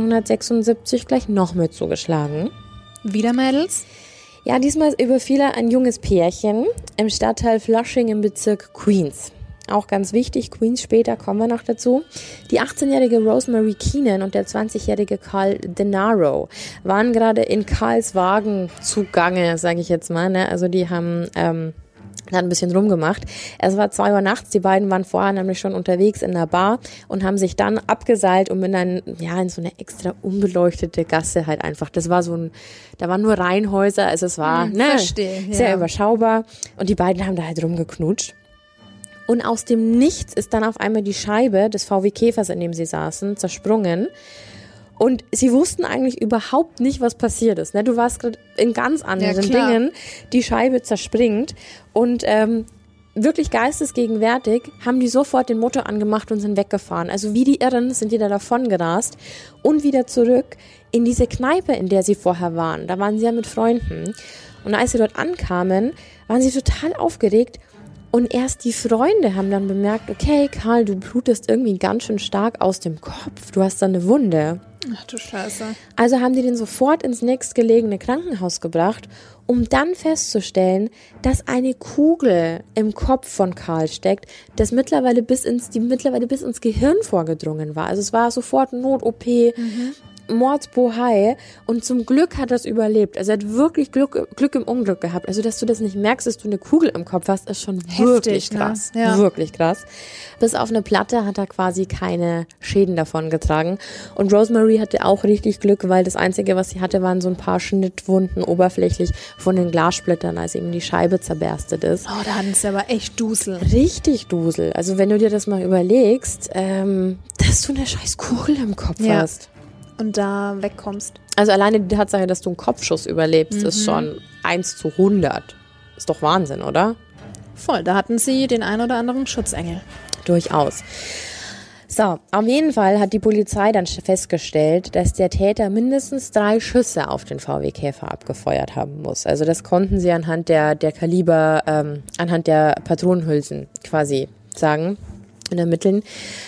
1976 gleich noch mit zugeschlagen. Wieder Mädels? Ja, diesmal überfiel er ein junges Pärchen im Stadtteil Flushing im Bezirk Queens. Auch ganz wichtig, Queens später, kommen wir noch dazu. Die 18-jährige Rosemary Keenan und der 20-jährige Carl Denaro waren gerade in Carls Wagen zugange, sage ich jetzt mal. Ne? Also die haben ein bisschen rumgemacht. Es war 2 Uhr nachts, die beiden waren vorher nämlich schon unterwegs in der Bar und haben sich dann abgeseilt, um in so eine extra unbeleuchtete Gasse halt einfach. Das war da waren nur Reihenhäuser, also es war sehr überschaubar und die beiden haben da halt rumgeknutscht. Und aus dem Nichts ist dann auf einmal die Scheibe des VW-Käfers, in dem sie saßen, zersprungen. Und sie wussten eigentlich überhaupt nicht, was passiert ist. Ne? Du warst gerade in ganz anderen Dingen. Die Scheibe zerspringt. Und wirklich geistesgegenwärtig haben die sofort den Motor angemacht und sind weggefahren. Also wie die Irren sind die da davon gerast und wieder zurück in diese Kneipe, in der sie vorher waren. Da waren sie ja mit Freunden. Und als sie dort ankamen, waren sie total aufgeregt. Und erst die Freunde haben dann bemerkt, okay, Karl, du blutest irgendwie ganz schön stark aus dem Kopf. Du hast da eine Wunde. Ach du Scheiße. Also haben die den sofort ins nächstgelegene Krankenhaus gebracht, um dann festzustellen, dass eine Kugel im Kopf von Carl steckt, die mittlerweile bis ins Gehirn vorgedrungen war. Also es war sofort Not-OP, Mordsbohai, und zum Glück hat er es überlebt. Also er hat wirklich Glück im Unglück gehabt. Also dass du das nicht merkst, dass du eine Kugel im Kopf hast, ist schon wirklich krass. Ne? Ja. Wirklich krass. Bis auf eine Platte hat er quasi keine Schäden davon getragen. Und Rosemary hatte auch richtig Glück, weil das Einzige, was sie hatte, waren so ein paar Schnittwunden oberflächlich von den Glassplittern, als eben die Scheibe zerberstet ist. Oh, da hatten sie aber echt Dusel. Richtig Dusel. Also wenn du dir das mal überlegst, dass du eine scheiß Kugel im Kopf hast. Und da wegkommst. Also alleine die Tatsache, dass du einen Kopfschuss überlebst, ist schon 1:100. Ist doch Wahnsinn, oder? Voll, da hatten sie den ein oder anderen Schutzengel. Durchaus. So, auf jeden Fall hat die Polizei dann festgestellt, dass der Täter mindestens 3 Schüsse auf den VW Käfer abgefeuert haben muss. Also das konnten sie anhand der Kaliber, anhand der Patronenhülsen quasi sagen und ermitteln.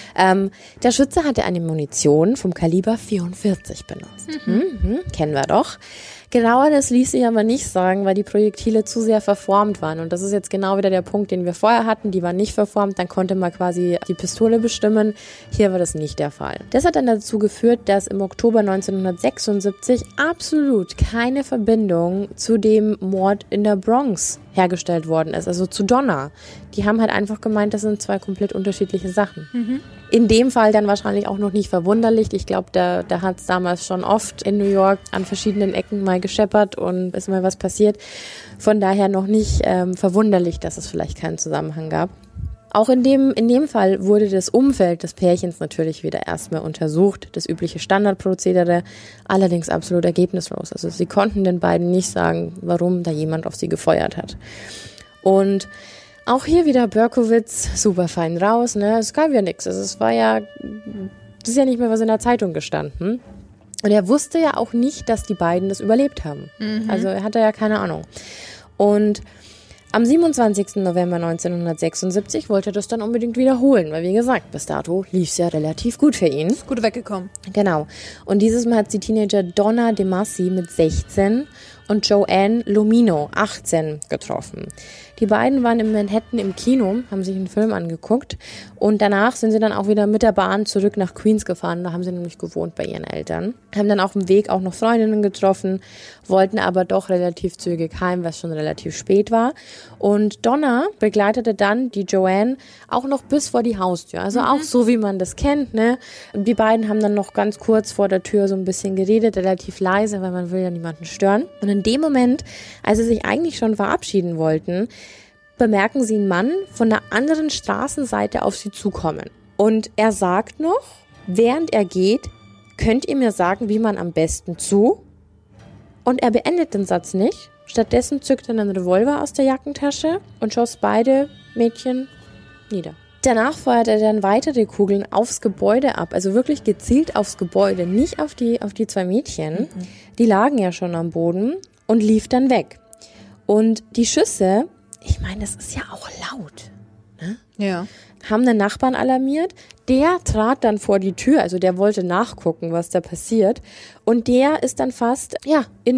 Der Schütze hatte eine Munition vom Kaliber 44 benutzt. Kennen wir doch. Genaueres ließ sich aber nicht sagen, weil die Projektile zu sehr verformt waren. Und das ist jetzt genau wieder der Punkt, den wir vorher hatten. Die waren nicht verformt, dann konnte man quasi die Pistole bestimmen. Hier war das nicht der Fall. Das hat dann dazu geführt, dass im Oktober 1976 absolut keine Verbindung zu dem Mord in der Bronx hergestellt worden ist, also zu Donna. Die haben halt einfach gemeint, das sind 2 komplett unterschiedliche Sachen. In dem Fall dann wahrscheinlich auch noch nicht verwunderlich. Ich glaube, da hat es damals schon oft in New York an verschiedenen Ecken mal gescheppert und ist mal was passiert. Von daher noch nicht verwunderlich, dass es vielleicht keinen Zusammenhang gab. Auch in dem Fall wurde das Umfeld des Pärchens natürlich wieder erstmal untersucht. Das übliche Standardprozedere, allerdings absolut ergebnislos. Also sie konnten den beiden nicht sagen, warum da jemand auf sie gefeuert hat. Und auch hier wieder Berkowitz, super fein raus, ne? Es gab ja nichts. Also das ist ja nicht mehr was in der Zeitung gestanden. Und er wusste ja auch nicht, dass die beiden das überlebt haben. Also er hatte ja keine Ahnung. Und am 27. November 1976 wollte er das dann unbedingt wiederholen, weil wie gesagt, bis dato lief es ja relativ gut für ihn. Ist gut weggekommen. Genau. Und dieses Mal hat die Teenager Donna DeMasi mit 16 und Joanne Lomino, 18, getroffen. Die beiden waren in Manhattan im Kino, haben sich einen Film angeguckt und danach sind sie dann auch wieder mit der Bahn zurück nach Queens gefahren. Da haben sie nämlich gewohnt bei ihren Eltern. Haben dann auf dem Weg auch noch Freundinnen getroffen, wollten aber doch relativ zügig heim, was schon relativ spät war. Und Donna begleitete dann die Joanne auch noch bis vor die Haustür. Also auch so, wie man das kennt, ne? Die beiden haben dann noch ganz kurz vor der Tür so ein bisschen geredet, relativ leise, weil man will ja niemanden stören. Und in dem Moment, als sie sich eigentlich schon verabschieden wollten, bemerken sie einen Mann von der anderen Straßenseite auf sie zukommen. Und er sagt noch, während er geht, könnt ihr mir sagen, wie man am besten zu? Und er beendet den Satz nicht. Stattdessen zückt er einen Revolver aus der Jackentasche und schoss beide Mädchen nieder. Danach feuert er dann weitere Kugeln aufs Gebäude ab, also wirklich gezielt aufs Gebäude, nicht auf die 2 Mädchen. Die lagen ja schon am Boden und lief dann weg. Und die Schüsse, ich meine, das ist ja auch laut, ne? Ja. Haben den Nachbarn alarmiert. Der trat dann vor die Tür, also der wollte nachgucken, was da passiert. Und der ist dann fast, in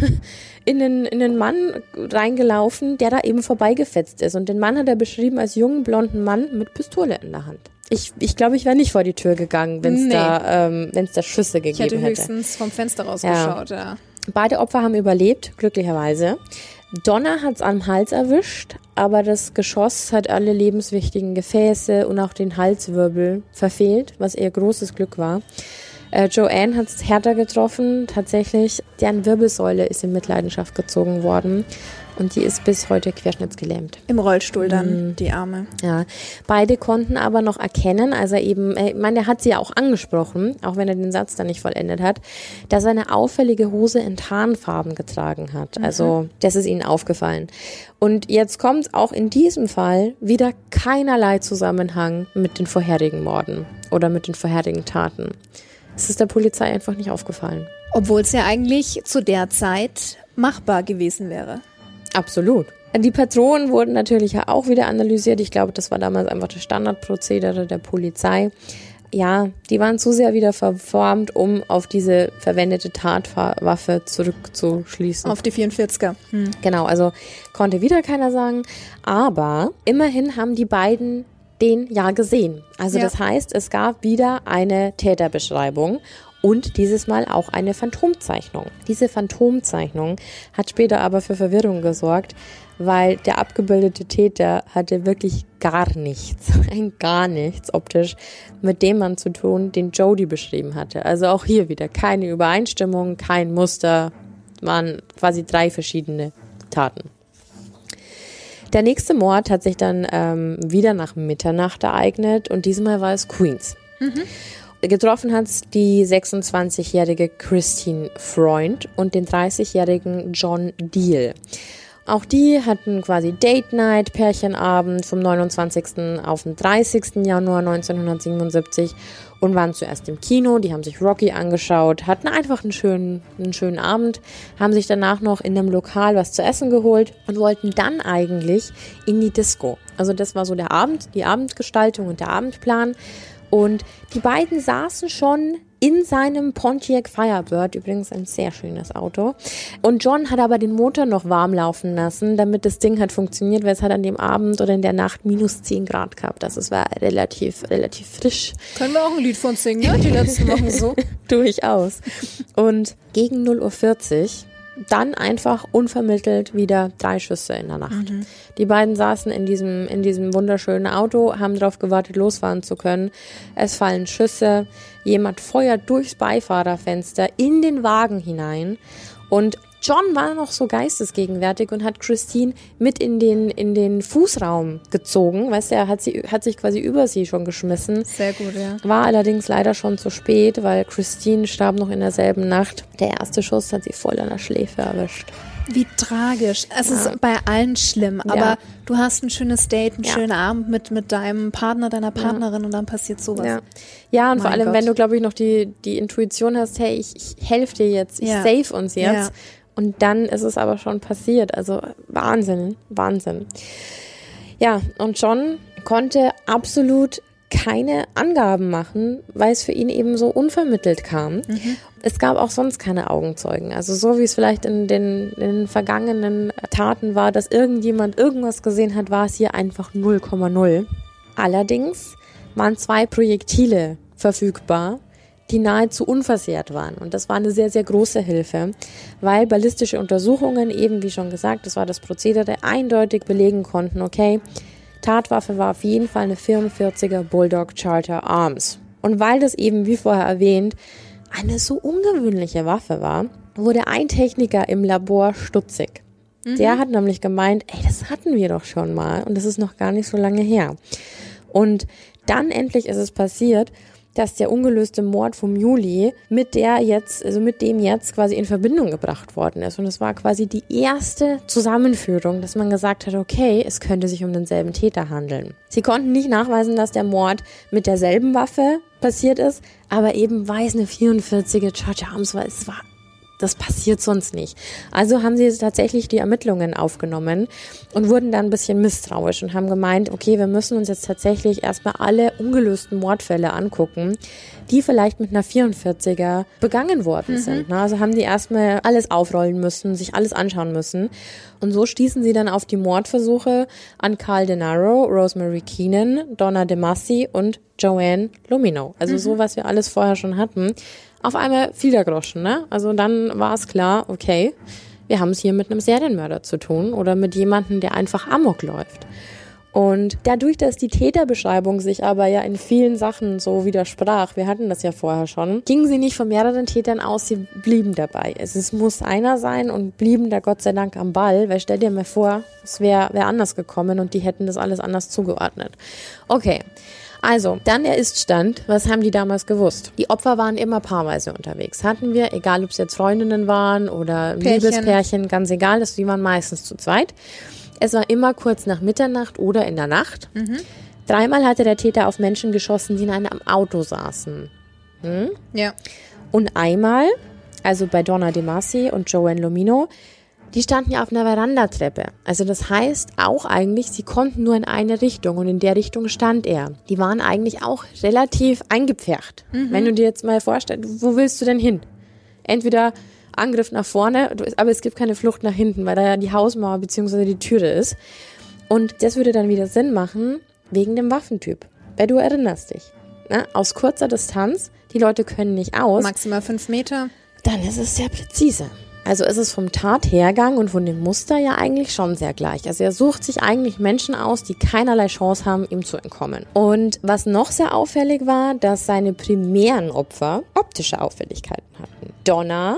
den Mann reingelaufen, der da eben vorbeigefetzt ist. Und den Mann hat er beschrieben als jungen, blonden Mann mit Pistole in der Hand. Ich glaube, ich wäre nicht vor die Tür gegangen, wenn es da Schüsse gegeben hätte. Ich hätte höchstens vom Fenster rausgeschaut, ja. Beide Opfer haben überlebt, glücklicherweise. Donna hat's am Hals erwischt, aber das Geschoss hat alle lebenswichtigen Gefäße und auch den Halswirbel verfehlt, was eher großes Glück war. Joanne hat's härter getroffen, tatsächlich. Deren Wirbelsäule ist in Mitleidenschaft gezogen worden und die ist bis heute querschnittsgelähmt. Im Rollstuhl dann, die Arme. Ja, beide konnten aber noch erkennen, also eben, ich meine, der hat sie ja auch angesprochen, auch wenn er den Satz dann nicht vollendet hat, dass er eine auffällige Hose in Tarnfarben getragen hat. Also das ist ihnen aufgefallen. Und jetzt kommt auch in diesem Fall wieder keinerlei Zusammenhang mit den vorherigen Morden oder mit den vorherigen Taten. Es ist der Polizei einfach nicht aufgefallen. Obwohl es ja eigentlich zu der Zeit machbar gewesen wäre. Absolut. Die Patronen wurden natürlich ja auch wieder analysiert. Ich glaube, das war damals einfach das Standardprozedere der Polizei. die waren zu sehr wieder verformt, um auf diese verwendete Tatwaffe zurückzuschließen. Auf die 44er. Genau, also konnte wieder keiner sagen. Aber immerhin haben die beiden den ja gesehen. Also das heißt, es gab wieder eine Täterbeschreibung und dieses Mal auch eine Phantomzeichnung. Diese Phantomzeichnung hat später aber für Verwirrung gesorgt, weil der abgebildete Täter hatte wirklich gar nichts optisch mit dem Mann zu tun, den Jody beschrieben hatte. Also auch hier wieder keine Übereinstimmung, kein Muster, waren quasi 3 verschiedene Taten. Der nächste Mord hat sich dann wieder nach Mitternacht ereignet und diesmal war es Queens. Getroffen hat es die 26-jährige Christine Freund und den 30-jährigen John Deal. Auch die hatten quasi Date Night, Pärchenabend vom 29. auf den 30. Januar 1977 und waren zuerst im Kino, die haben sich Rocky angeschaut, hatten einfach einen schönen Abend, haben sich danach noch in einem Lokal was zu essen geholt und wollten dann eigentlich in die Disco. Also das war so der Abend, die Abendgestaltung und der Abendplan. Und die beiden saßen schon in seinem Pontiac Firebird, übrigens ein sehr schönes Auto. Und John hat aber den Motor noch warm laufen lassen, damit das Ding hat funktioniert, weil es hat an dem Abend oder in der Nacht minus 10 Grad gehabt. Das war relativ frisch. Können wir auch ein Lied von singen, ne? Die letzten Wochen so. Durchaus. Und gegen 0:40 Uhr dann einfach unvermittelt wieder 3 Schüsse in der Nacht. Die beiden saßen in diesem wunderschönen Auto, haben darauf gewartet, losfahren zu können. Es fallen Schüsse, jemand feuert durchs Beifahrerfenster in den Wagen hinein und John war noch so geistesgegenwärtig und hat Christine mit in den Fußraum gezogen. Weißt du, er hat sich quasi über sie schon geschmissen. Sehr gut, ja. War allerdings leider schon zu spät, weil Christine starb noch in derselben Nacht. Der erste Schuss hat sie voll an der Schläfe erwischt. Wie tragisch. Es ist bei allen schlimm, aber du hast ein schönes Date, einen schönen Abend mit deinem Partner, deiner Partnerin und dann passiert sowas. Ja, und vor allem, wenn du, glaube ich, noch die Intuition hast, hey, ich helfe dir jetzt, ich save uns jetzt. Ja. Und dann ist es aber schon passiert. Also Wahnsinn. Ja, und John konnte absolut keine Angaben machen, weil es für ihn eben so unvermittelt kam. Es gab auch sonst keine Augenzeugen. Also so wie es vielleicht in den vergangenen Taten war, dass irgendjemand irgendwas gesehen hat, war es hier einfach 0,0. Allerdings waren 2 Projektile verfügbar, die nahezu unversehrt waren. Und das war eine sehr, sehr große Hilfe, weil ballistische Untersuchungen, eben wie schon gesagt, das war das Prozedere, eindeutig belegen konnten, okay, Tatwaffe war auf jeden Fall eine 44er Bulldog Charter Arms. Und weil das eben, wie vorher erwähnt, eine so ungewöhnliche Waffe war, wurde ein Techniker im Labor stutzig. Der hat nämlich gemeint, ey, das hatten wir doch schon mal und das ist noch gar nicht so lange her. Und dann endlich ist es passiert, dass der ungelöste Mord vom Juli mit dem jetzt quasi in Verbindung gebracht worden ist. Und es war quasi die erste Zusammenführung, dass man gesagt hat, okay, es könnte sich um denselben Täter handeln. Sie konnten nicht nachweisen, dass der Mord mit derselben Waffe passiert ist, aber eben weil es eine 44er Charger Arms war, das passiert sonst nicht. Also haben sie tatsächlich die Ermittlungen aufgenommen und wurden dann ein bisschen misstrauisch und haben gemeint, okay, wir müssen uns jetzt tatsächlich erstmal alle ungelösten Mordfälle angucken, die vielleicht mit einer 44er begangen worden sind. Also haben die erstmal alles aufrollen müssen, sich alles anschauen müssen. Und so stießen sie dann auf die Mordversuche an Carl Denaro, Rosemary Keenan, Donna DeMasi und Joanne Lumino. Also so, was wir alles vorher schon hatten. Auf einmal fiel der Groschen, ne? Also dann war es klar, okay, wir haben es hier mit einem Serienmörder zu tun oder mit jemandem, der einfach Amok läuft. Und dadurch, dass die Täterbeschreibung sich aber ja in vielen Sachen so widersprach, wir hatten das ja vorher schon, gingen sie nicht von mehreren Tätern aus, sie blieben dabei. Es muss einer sein und blieben da Gott sei Dank am Ball, weil stell dir mal vor, es wäre anders gekommen und die hätten das alles anders zugeordnet. Okay. Also, dann der Iststand. Was haben die damals gewusst? Die Opfer waren immer paarweise unterwegs. Hatten wir, egal ob es jetzt Freundinnen waren oder Liebespärchen, ganz egal, die waren meistens zu zweit. Es war immer kurz nach Mitternacht oder in der Nacht. 3-mal hatte der Täter auf Menschen geschossen, die in einem Auto saßen. Ja. Und einmal, also bei Donna DeMasi und Joanne Lumino, Die standen ja auf einer Verandatreppe. Also das heißt auch eigentlich, sie konnten nur in eine Richtung und in der Richtung stand er. Die waren eigentlich auch relativ eingepfercht. Wenn du dir jetzt mal vorstellst, wo willst du denn hin? Entweder Angriff nach vorne, aber es gibt keine Flucht nach hinten, weil da ja die Hausmauer bzw. die Türe ist. Und das würde dann wieder Sinn machen, wegen dem Waffentyp. Weil du erinnerst dich, ne? Aus kurzer Distanz, die Leute können nicht aus. Maximal 5 Meter. Dann ist es sehr präzise. Also ist es vom Tathergang und von dem Muster ja eigentlich schon sehr gleich. Also er sucht sich eigentlich Menschen aus, die keinerlei Chance haben, ihm zu entkommen. Und was noch sehr auffällig war, dass seine primären Opfer optische Auffälligkeiten hatten. Donna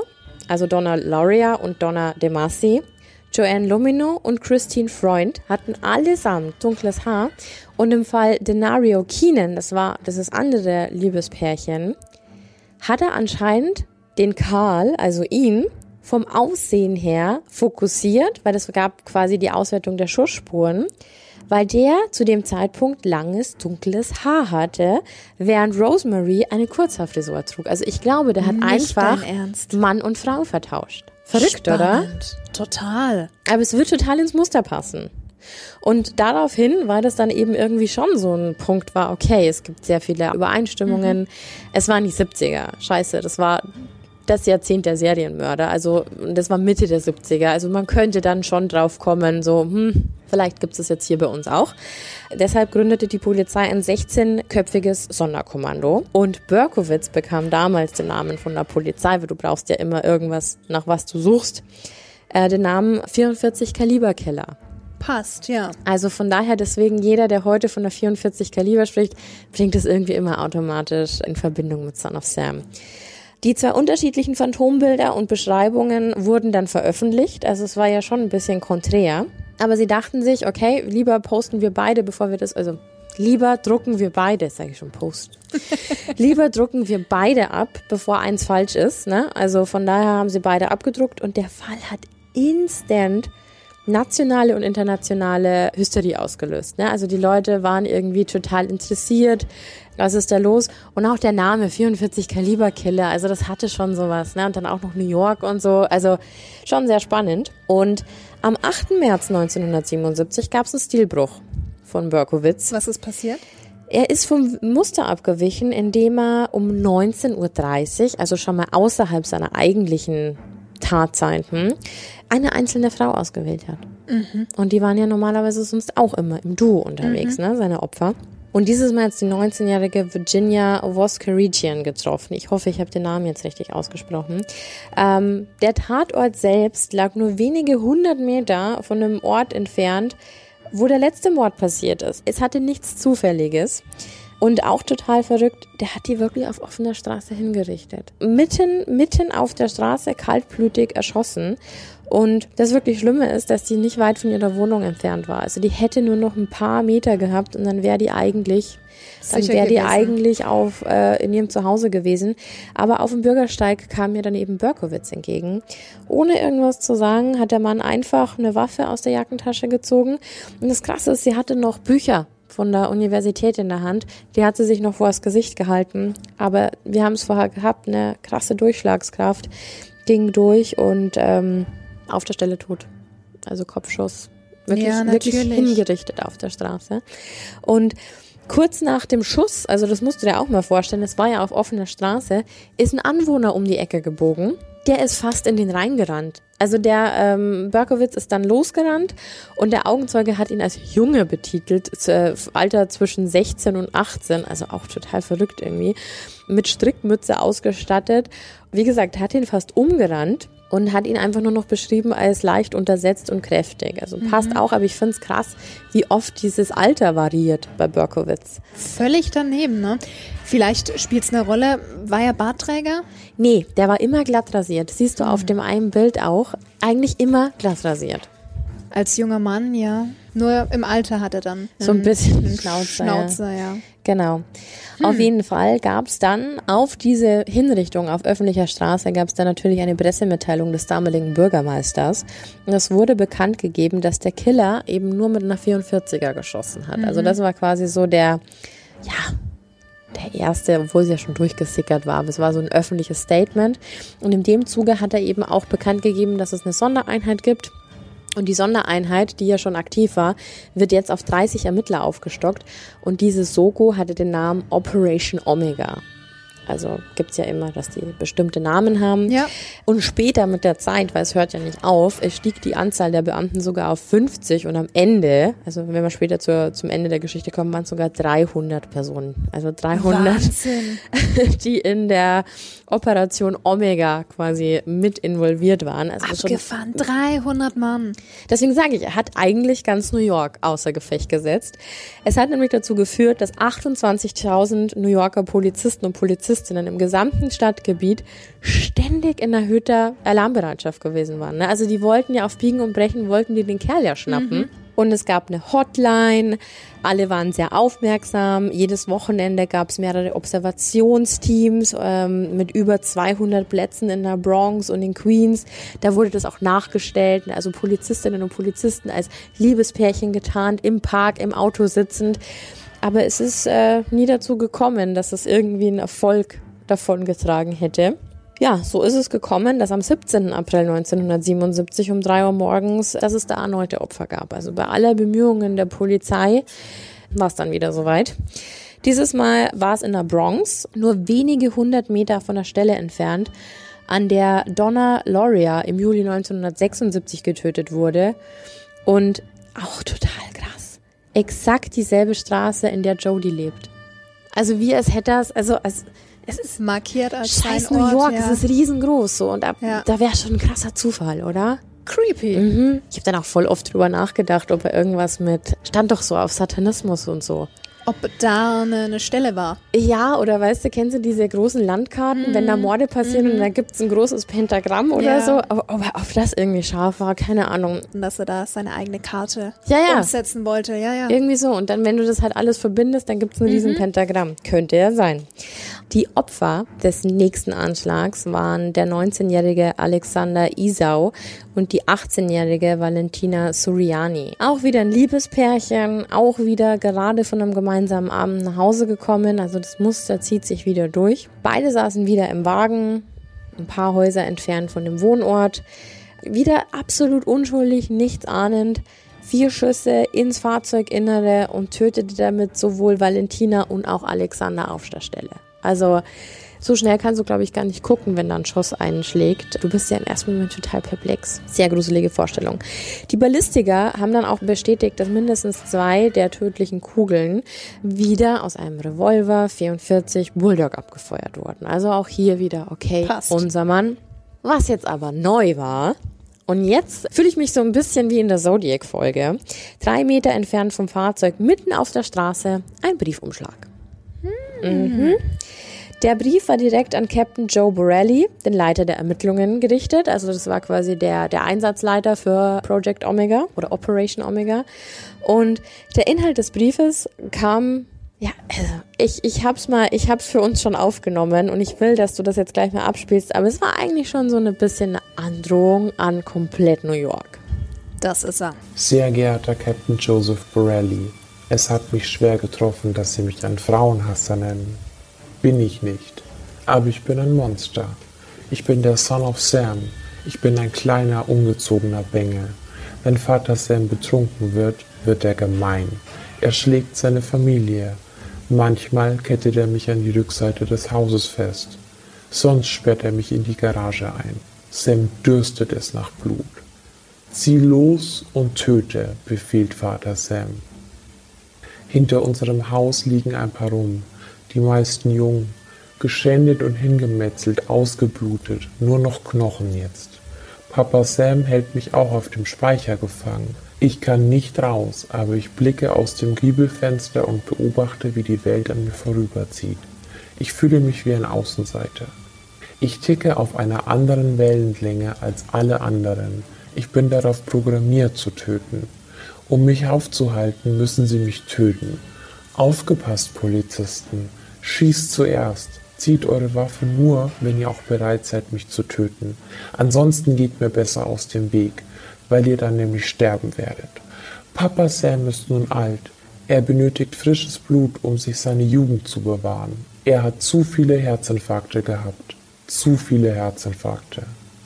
Lauria und Donna DeMasi, Joanne Lumino und Christine Freund hatten allesamt dunkles Haar. Und im Fall Denario Keenan, das ist andere Liebespärchen, hat er anscheinend den Karl, also ihn, vom Aussehen her fokussiert, weil es gab quasi die Auswertung der Schussspuren, weil der zu dem Zeitpunkt langes, dunkles Haar hatte, während Rosemary eine Kurzhaarfrisur trug. Also ich glaube, der hat einfach Mann und Frau vertauscht. Verrückt, spannend, oder? Total. Aber es wird total ins Muster passen. Und daraufhin, weil das dann eben irgendwie schon so ein Punkt war, okay, es gibt sehr viele Übereinstimmungen. Es waren die 70er. Scheiße, das war das Jahrzehnt der Serienmörder. Also das war Mitte der 70er. Also man könnte dann schon drauf kommen, so, vielleicht gibt es das jetzt hier bei uns auch. Deshalb gründete die Polizei ein 16-köpfiges Sonderkommando. Und Berkowitz bekam damals den Namen von der Polizei, weil du brauchst ja immer irgendwas, nach was du suchst, den Namen 44 Kaliber Killer. Passt, ja. Also von daher deswegen jeder, der heute von der 44 Kaliber spricht, bringt es irgendwie immer automatisch in Verbindung mit Son of Sam. Die 2 unterschiedlichen Phantombilder und Beschreibungen wurden dann veröffentlicht. Also es war ja schon ein bisschen konträr. Aber sie dachten sich, okay, lieber posten wir beide, lieber drucken wir beide, sage ich schon Post. Lieber drucken wir beide ab, bevor eins falsch ist. Ne? Also von daher haben sie beide abgedruckt und der Fall hat instant nationale und internationale Hysterie ausgelöst. Ne? Also die Leute waren irgendwie total interessiert. Was ist da los? Und auch der Name 44 Kaliber Killer, also das hatte schon sowas. Ne? Und dann auch noch New York und so. Also schon sehr spannend. Und am 8. März 1977 gab es einen Stilbruch von Berkowitz. Was ist passiert? Er ist vom Muster abgewichen, indem er um 19:30 Uhr, also schon mal außerhalb seiner eigentlichen Tatzeiten, eine einzelne Frau ausgewählt hat. Und die waren ja normalerweise sonst auch immer im Duo unterwegs, ne, seine Opfer. Und dieses Mal hat die 19-jährige Virginia Voskerichian getroffen. Ich hoffe, ich habe den Namen jetzt richtig ausgesprochen. Der Tatort selbst lag nur wenige 100 Meter von dem Ort entfernt, wo der letzte Mord passiert ist. Es hatte nichts Zufälliges. Und auch total verrückt, der hat die wirklich auf offener Straße hingerichtet. Mitten auf der Straße kaltblütig erschossen. Und das wirklich Schlimme ist, dass die nicht weit von ihrer Wohnung entfernt war. Also die hätte nur noch ein paar Meter gehabt und dann wäre die eigentlich in ihrem Zuhause gewesen. Aber auf dem Bürgersteig kam mir dann eben Berkowitz entgegen. Ohne irgendwas zu sagen, hat der Mann einfach eine Waffe aus der Jackentasche gezogen. Und das Krasse ist, sie hatte noch Bücher von der Universität in der Hand. Die hat sie sich noch vor das Gesicht gehalten. Aber wir haben es vorher gehabt, eine krasse Durchschlagskraft ging durch und auf der Stelle tot. Also Kopfschuss. Wirklich hingerichtet auf der Straße. Und kurz nach dem Schuss, also das musst du dir auch mal vorstellen, das war ja auf offener Straße, ist ein Anwohner um die Ecke gebogen. Der ist fast in den Rhein gerannt. Also der Berkowitz ist dann losgerannt und der Augenzeuge hat ihn als Junge betitelt, Alter zwischen 16 und 18, also auch total verrückt irgendwie, mit Strickmütze ausgestattet. Wie gesagt, hat ihn fast umgerannt und hat ihn einfach nur noch beschrieben als leicht untersetzt und kräftig. Also passt auch, aber ich finde es krass, wie oft dieses Alter variiert bei Berkowitz. Völlig daneben, ne? Vielleicht spielt es eine Rolle. War er Bartträger? Nee, der war immer glatt rasiert. Siehst du auf dem einen Bild auch. Eigentlich immer glatt rasiert. Als junger Mann, ja. Nur im Alter hat er dann so ein bisschen einen Schnauzer, ja. Genau. Auf jeden Fall gab es dann auf diese Hinrichtung auf öffentlicher Straße gab es dann natürlich eine Pressemitteilung des damaligen Bürgermeisters. Und es wurde bekannt gegeben, dass der Killer eben nur mit einer 44er geschossen hat. Also das war quasi so der, der erste, obwohl sie ja schon durchgesickert war. Aber es war so ein öffentliches Statement. Und in dem Zuge hat er eben auch bekannt gegeben, dass es eine Sondereinheit gibt. Und die Sondereinheit, die ja schon aktiv war, wird jetzt auf 30 Ermittler aufgestockt. Und diese Soko hatte den Namen Operation Omega. Also gibt's ja immer, dass die bestimmte Namen haben. Ja. Und später mit der Zeit, weil es hört ja nicht auf, stieg die Anzahl der Beamten sogar auf 50 und am Ende, also wenn wir später zum Ende der Geschichte kommen, waren es sogar 300 Personen. Also 300, Wahnsinn. die in der Operation Omega quasi mit involviert waren. Also Abgefahren, 300 Mann. Deswegen sage ich, er hat eigentlich ganz New York außer Gefecht gesetzt. Es hat nämlich dazu geführt, dass 28.000 New Yorker Polizisten und Polizistinnen im gesamten Stadtgebiet ständig in erhöhter Alarmbereitschaft gewesen waren. Also die wollten ja auf Biegen und Brechen, wollten die den Kerl ja schnappen. Und es gab eine Hotline, alle waren sehr aufmerksam. Jedes Wochenende gab es mehrere Observationsteams mit über 200 Plätzen in der Bronx und in Queens. Da wurde das auch nachgestellt, also Polizistinnen und Polizisten als Liebespärchen getarnt, im Park, im Auto sitzend. Aber es ist nie dazu gekommen, dass es irgendwie einen Erfolg davongetragen hätte. Ja, so ist es gekommen, dass am 17. April 1977 um 3 Uhr morgens, dass es da erneute Opfer gab. Also bei aller Bemühungen der Polizei war es dann wieder soweit. Dieses Mal war es in der Bronx, nur wenige 100 Meter von der Stelle entfernt, an der Donna Lauria im Juli 1976 getötet wurde. Und auch total krass. Exakt dieselbe Straße, in der Jodie lebt. Also wie als hätte es ist markiert als scheiß sein New Ort, York, ja. es ist riesengroß so und da wäre schon ein krasser Zufall, oder? Creepy. Ich habe dann auch voll oft drüber nachgedacht, ob er irgendwas stand doch so auf Satanismus und so. Ob da eine Stelle war. Ja, oder weißt du, kennst du diese großen Landkarten, wenn da Morde passieren und da gibt's ein großes Pentagramm oder so? Aber ob er auf das irgendwie scharf war, keine Ahnung. Und dass er da seine eigene Karte Ja. umsetzen wollte. Ja. Irgendwie so. Und dann, wenn du das halt alles verbindest, dann gibt's ein riesen Pentagramm. Könnte ja sein. Die Opfer des nächsten Anschlags waren der 19-jährige Alexander Isau und die 18-jährige Valentina Suriani. Auch wieder ein Liebespärchen, auch wieder gerade von einem gemeinsamen Abend nach Hause gekommen. Also das Muster zieht sich wieder durch. Beide saßen wieder im Wagen, ein paar Häuser entfernt von dem Wohnort. Wieder absolut unschuldig, nichts ahnend. 4 Schüsse ins Fahrzeuginnere und tötete damit sowohl Valentina und auch Alexander auf der Stelle. Also so schnell kannst du, glaube ich, gar nicht gucken, wenn da ein Schuss einschlägt. Du bist ja im ersten Moment total perplex. Sehr gruselige Vorstellung. Die Ballistiker haben dann auch bestätigt, dass mindestens 2 der tödlichen Kugeln wieder aus einem Revolver 44 Bulldog abgefeuert wurden. Also auch hier wieder, okay, passt. Unser Mann. Was jetzt aber neu war, und jetzt fühle ich mich so ein bisschen wie in der Zodiac-Folge. 3 Meter entfernt vom Fahrzeug, mitten auf der Straße, ein Briefumschlag. Der Brief war direkt an Captain Joe Borelli, den Leiter der Ermittlungen, gerichtet. Also das war quasi der Einsatzleiter für Project Omega oder Operation Omega. Und der Inhalt des Briefes kam, ich hab's für uns schon aufgenommen und ich will, dass du das jetzt gleich mal abspielst. Aber es war eigentlich schon so ein bisschen eine Androhung an komplett New York. Das ist er. Sehr geehrter Captain Joseph Borelli, es hat mich schwer getroffen, dass Sie mich einen Frauenhasser nennen. Bin ich nicht. Aber ich bin ein Monster. Ich bin der Son of Sam. Ich bin ein kleiner, ungezogener Bengel. Wenn Vater Sam betrunken wird, wird er gemein. Er schlägt seine Familie. Manchmal kettet er mich an die Rückseite des Hauses fest. Sonst sperrt er mich in die Garage ein. Sam dürstet es nach Blut. Zieh los und töte, befiehlt Vater Sam. Hinter unserem Haus liegen ein paar rum, die meisten jung, geschändet und hingemetzelt, ausgeblutet, nur noch Knochen jetzt. Papa Sam hält mich auch auf dem Speicher gefangen. Ich kann nicht raus, aber ich blicke aus dem Giebelfenster und beobachte, wie die Welt an mir vorüberzieht. Ich fühle mich wie ein Außenseiter. Ich ticke auf einer anderen Wellenlänge als alle anderen. Ich bin darauf programmiert zu töten. Um mich aufzuhalten, müssen sie mich töten. Aufgepasst, Polizisten! Schießt zuerst! Zieht eure Waffe nur, wenn ihr auch bereit seid, mich zu töten. Ansonsten geht mir besser aus dem Weg, weil ihr dann nämlich sterben werdet. Papa Sam ist nun alt. Er benötigt frisches Blut, um sich seine Jugend zu bewahren. Er hat zu viele Herzinfarkte gehabt. Zu viele Herzinfarkte.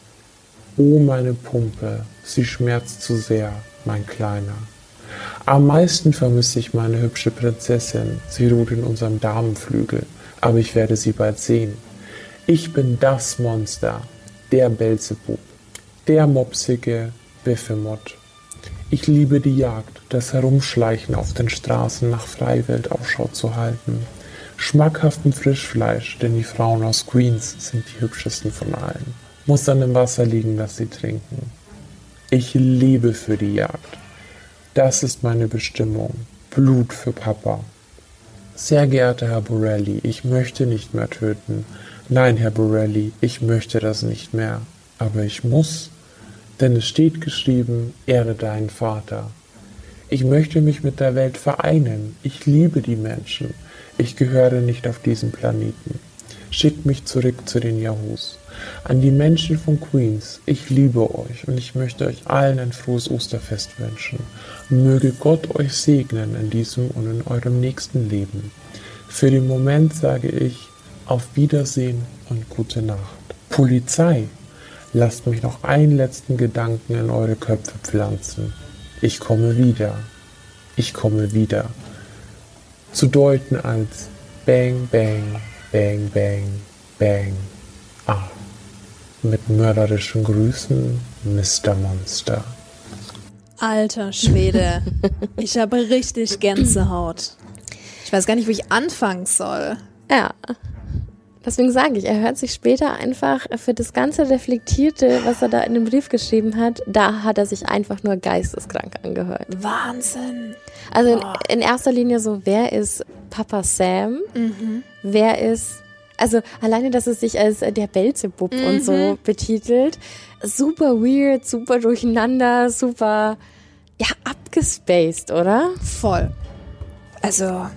Oh, meine Pumpe, sie schmerzt zu sehr, mein Kleiner. Am meisten vermisse ich meine hübsche Prinzessin. Sie ruht in unserem Damenflügel, aber ich werde sie bald sehen. Ich bin das Monster, der Belzebub, der mopsige Behemoth. Ich liebe die Jagd, das Herumschleichen auf den Straßen nach Freiwild Ausschau zu halten. Schmackhaften Frischfleisch, denn die Frauen aus Queens sind die hübschesten von allen. Muss dann im Wasser liegen, das sie trinken. Ich lebe für die Jagd. Das ist meine Bestimmung. Blut für Papa. Sehr geehrter Herr Borelli, ich möchte nicht mehr töten. Nein, Herr Borelli, ich möchte das nicht mehr. Aber ich muss, denn es steht geschrieben, ehre deinen Vater. Ich möchte mich mit der Welt vereinen. Ich liebe die Menschen. Ich gehöre nicht auf diesen Planeten. Schickt mich zurück zu den Yahoos. An die Menschen von Queens, ich liebe euch und ich möchte euch allen ein frohes Osterfest wünschen. Möge Gott euch segnen in diesem und in eurem nächsten Leben. Für den Moment sage ich auf Wiedersehen und gute Nacht. Polizei, lasst mich noch einen letzten Gedanken in eure Köpfe pflanzen. Ich komme wieder. Ich komme wieder. Zu deuten als Bang, Bang, Bang, Bang, Bang. Ah. Mit mörderischen Grüßen, Mr. Monster. Alter Schwede, ich habe richtig Gänsehaut. Ich weiß gar nicht, wo ich anfangen soll. Ja, deswegen sage ich, er hört sich später einfach für das ganze Reflektierte, was er da in dem Brief geschrieben hat, da hat er sich einfach nur geisteskrank angehört. Wahnsinn. Also in erster Linie so, wer ist Papa Sam? Wer ist... Also alleine, dass es sich als der Belzebub und so betitelt, super weird, super durcheinander, super, ja, abgespaced, oder? Voll. Also